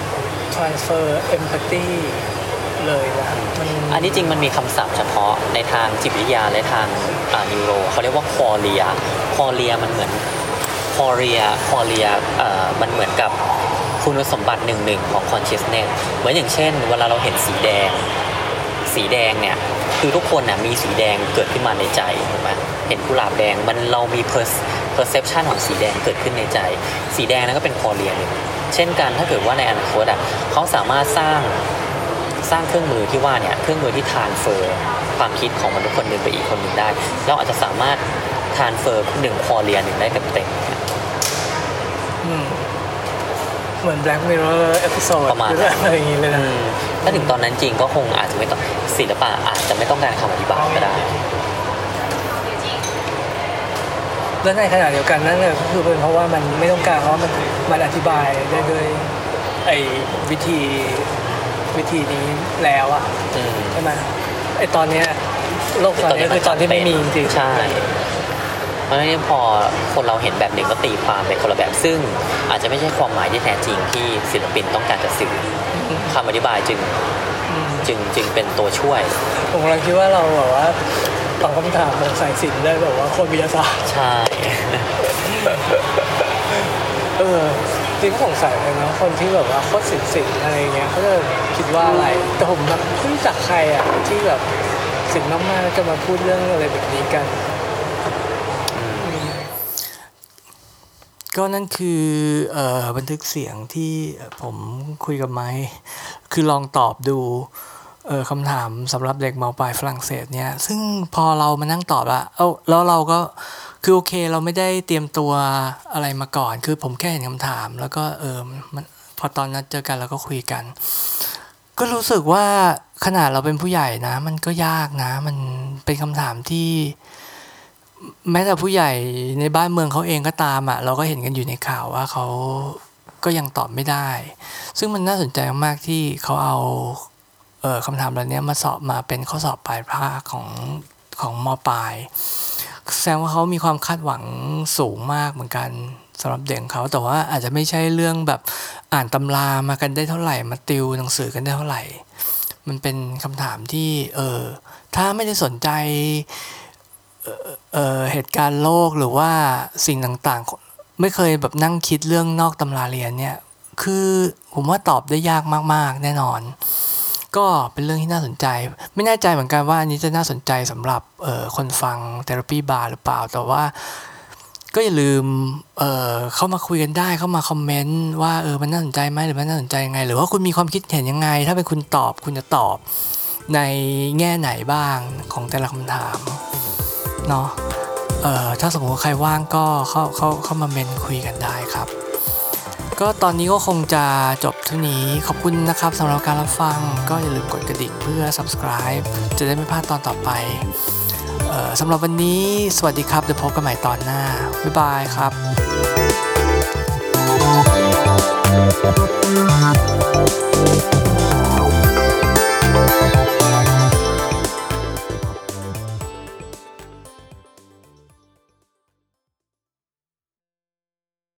transfer empathy เลยนะมันอันนี้จริงมันมีคำศัพท์เฉพาะในทางจิตวิทยาและทางอ่านิวโรเขาเรียกว่าคอเรียคอเรียมันเหมือนคอเรียคอเรียเอ่อมันเหมือนกับคุณสมบัติหนึ่งหนึ่งของ consciousness เหมือนอย่างเช่นเวลาเราเห็นสีแดงสีแดงเนี่ยคือทุกคนน่ะมีสีแดงเกิดขึ้นมาในใจถูกไหมเห็นกุหลาบแดงมันเรามี perception ของสีแดงเกิดขึ้นในใจสีแดงนั้นก็เป็นคอเรียนึงเช่นกันถ้าเกิดว่าในอนาคตอ่ะเขาสามารถสร้างสร้างเครื่องมือที่ว่าเนี่ยเครื่องมือที่ transfer ความคิดของมนุษย์คนหนึ่งไปอีกคนหนึ่งได้เราอาจจะสามารถ transfer หนึ่งคอเรียหนึ่งได้เต็มๆเหมือน Black Mirror episode ประมาณอะไรอย่างงี้เลยนะถ้าถึงตอนนั้นจริงก็คงอาจจะไม่ต้องศิลปะอาจจะไม่ต้องการคำอธิบายก็ได้แล้วในขณะเดียวกันนั่นเลยก็คือเป็นเพราะว่ามันไม่ต้องการเพราะมันมันอธิบายได้ด้วยไอ้วิธีวิธีนี้แล้วอ่ะใช่ไหมไอ้ตอนเนี้ยโลกตอนนี้คือตอนที่ไม่มีจริงใช่เพราะฉะนั้นพอคนเราเห็นแบบหนึ่งก็ตีความเป็นคนละแบบซึ่งอาจจะไม่ใช่ความหมายที่แท้จริงที่ศิลปินต้องการจะสื่อคำอธิบายจึงจึงจึงเป็นตัวช่วยผมกำลังคิดว่าเราแบบว่าตอบคำถามของสายศิลป์ได้แบบว่าคนวิทยาศาสตร์ใช่เออจริงก็สงสัยเลยนะคนที่แบบว่าโคตรศิลป์ศิลป์อะไรเงี้ยเขาจะคิดว่าอะไรแต่ผมแบบไม่รู้จักใครอ่ะที่แบบศิลป์มากๆจะมาพูดเรื่องอะไรแบบนี้กันก็นั่นคือเอ่อบันทึกเสียงที่ผมคุยกับไมค์คือลองตอบดูเอ่อคำถามสำหรับเด็กม.ปลายฝรั่งเศสเนี่ยซึ่งพอเรามานั่งตอบละเอ้าแล้วเราก็คือโอเคเราไม่ได้เตรียมตัวอะไรมาก่อนคือผมแค่เห็นคำถามแล้วก็เออมันพอตอนนัดเจอกันเราก็คุยกันก็รู้สึกว่าขนาดเราเป็นผู้ใหญ่นะมันก็ยากนะมันเป็นคำถามที่แม้แต่ผู้ใหญ่ในบ้านเมืองเขาเองก็ตามอ่ะเราก็เห็นกันอยู่ในข่าวว่าเขาก็ยังตอบไม่ได้ซึ่งมันน่าสนใจมากที่เขาเอาเอ่อคำถามเหล่านี้มาสอบมาเป็นข้อสอบปลายภาคของของม.ปลายแสดงว่าเขามีความคาดหวังสูงมากเหมือนกันสำหรับเด็กเขาแต่ว่าอาจจะไม่ใช่เรื่องแบบอ่านตำรามากันได้เท่าไหร่มาติวหนังสือกันได้เท่าไหร่มันเป็นคำถามที่เออถ้าไม่ได้สนใจเอ่อเหตุการณ์โลกหรือว่าสิ่งต่างๆไม่เคยแบบนั่งคิดเรื่องนอกตำราเรียนเนี่ยคือผมว่าตอบได้ยากมากๆแน่นอนก็เป็นเรื่องที่น่าสนใจไม่แน่ใจเหมือนกันว่าอันนี้จะน่าสนใจสำหรับเอ่อคนฟัง Therapy Bar หรือเปล่าแต่ว่าก็อย่าลืมเอ่อเข้ามาคุยกันได้เข้ามาคอมเมนต์ว่าเออมันน่าสนใจไหมหรือมันน่าสนใจยังไงหรือว่าคุณมีความคิดเห็นยังไงถ้าเป็นคุณตอบคุณจะตอบในแง่ไหนบ้างของแต่ละคำถามเนาะเอ่อถ้าสมมติว่าใครว่างก็เข้าเข้าเข้ามาเมนคุยกันได้ครับก็ตอนนี้ก็คงจะจบเท่านี้ขอบคุณนะครับสำหรับการรับฟังก็อย่าลืมกดกระดิ่งเพื่อ Subscribe จะได้ไม่พลาดตอนต่อไปเอ่อสำหรับวันนี้สวัสดีครับเดี๋ยวพบกันใหม่ตอนหน้าบ๊ายบายครับ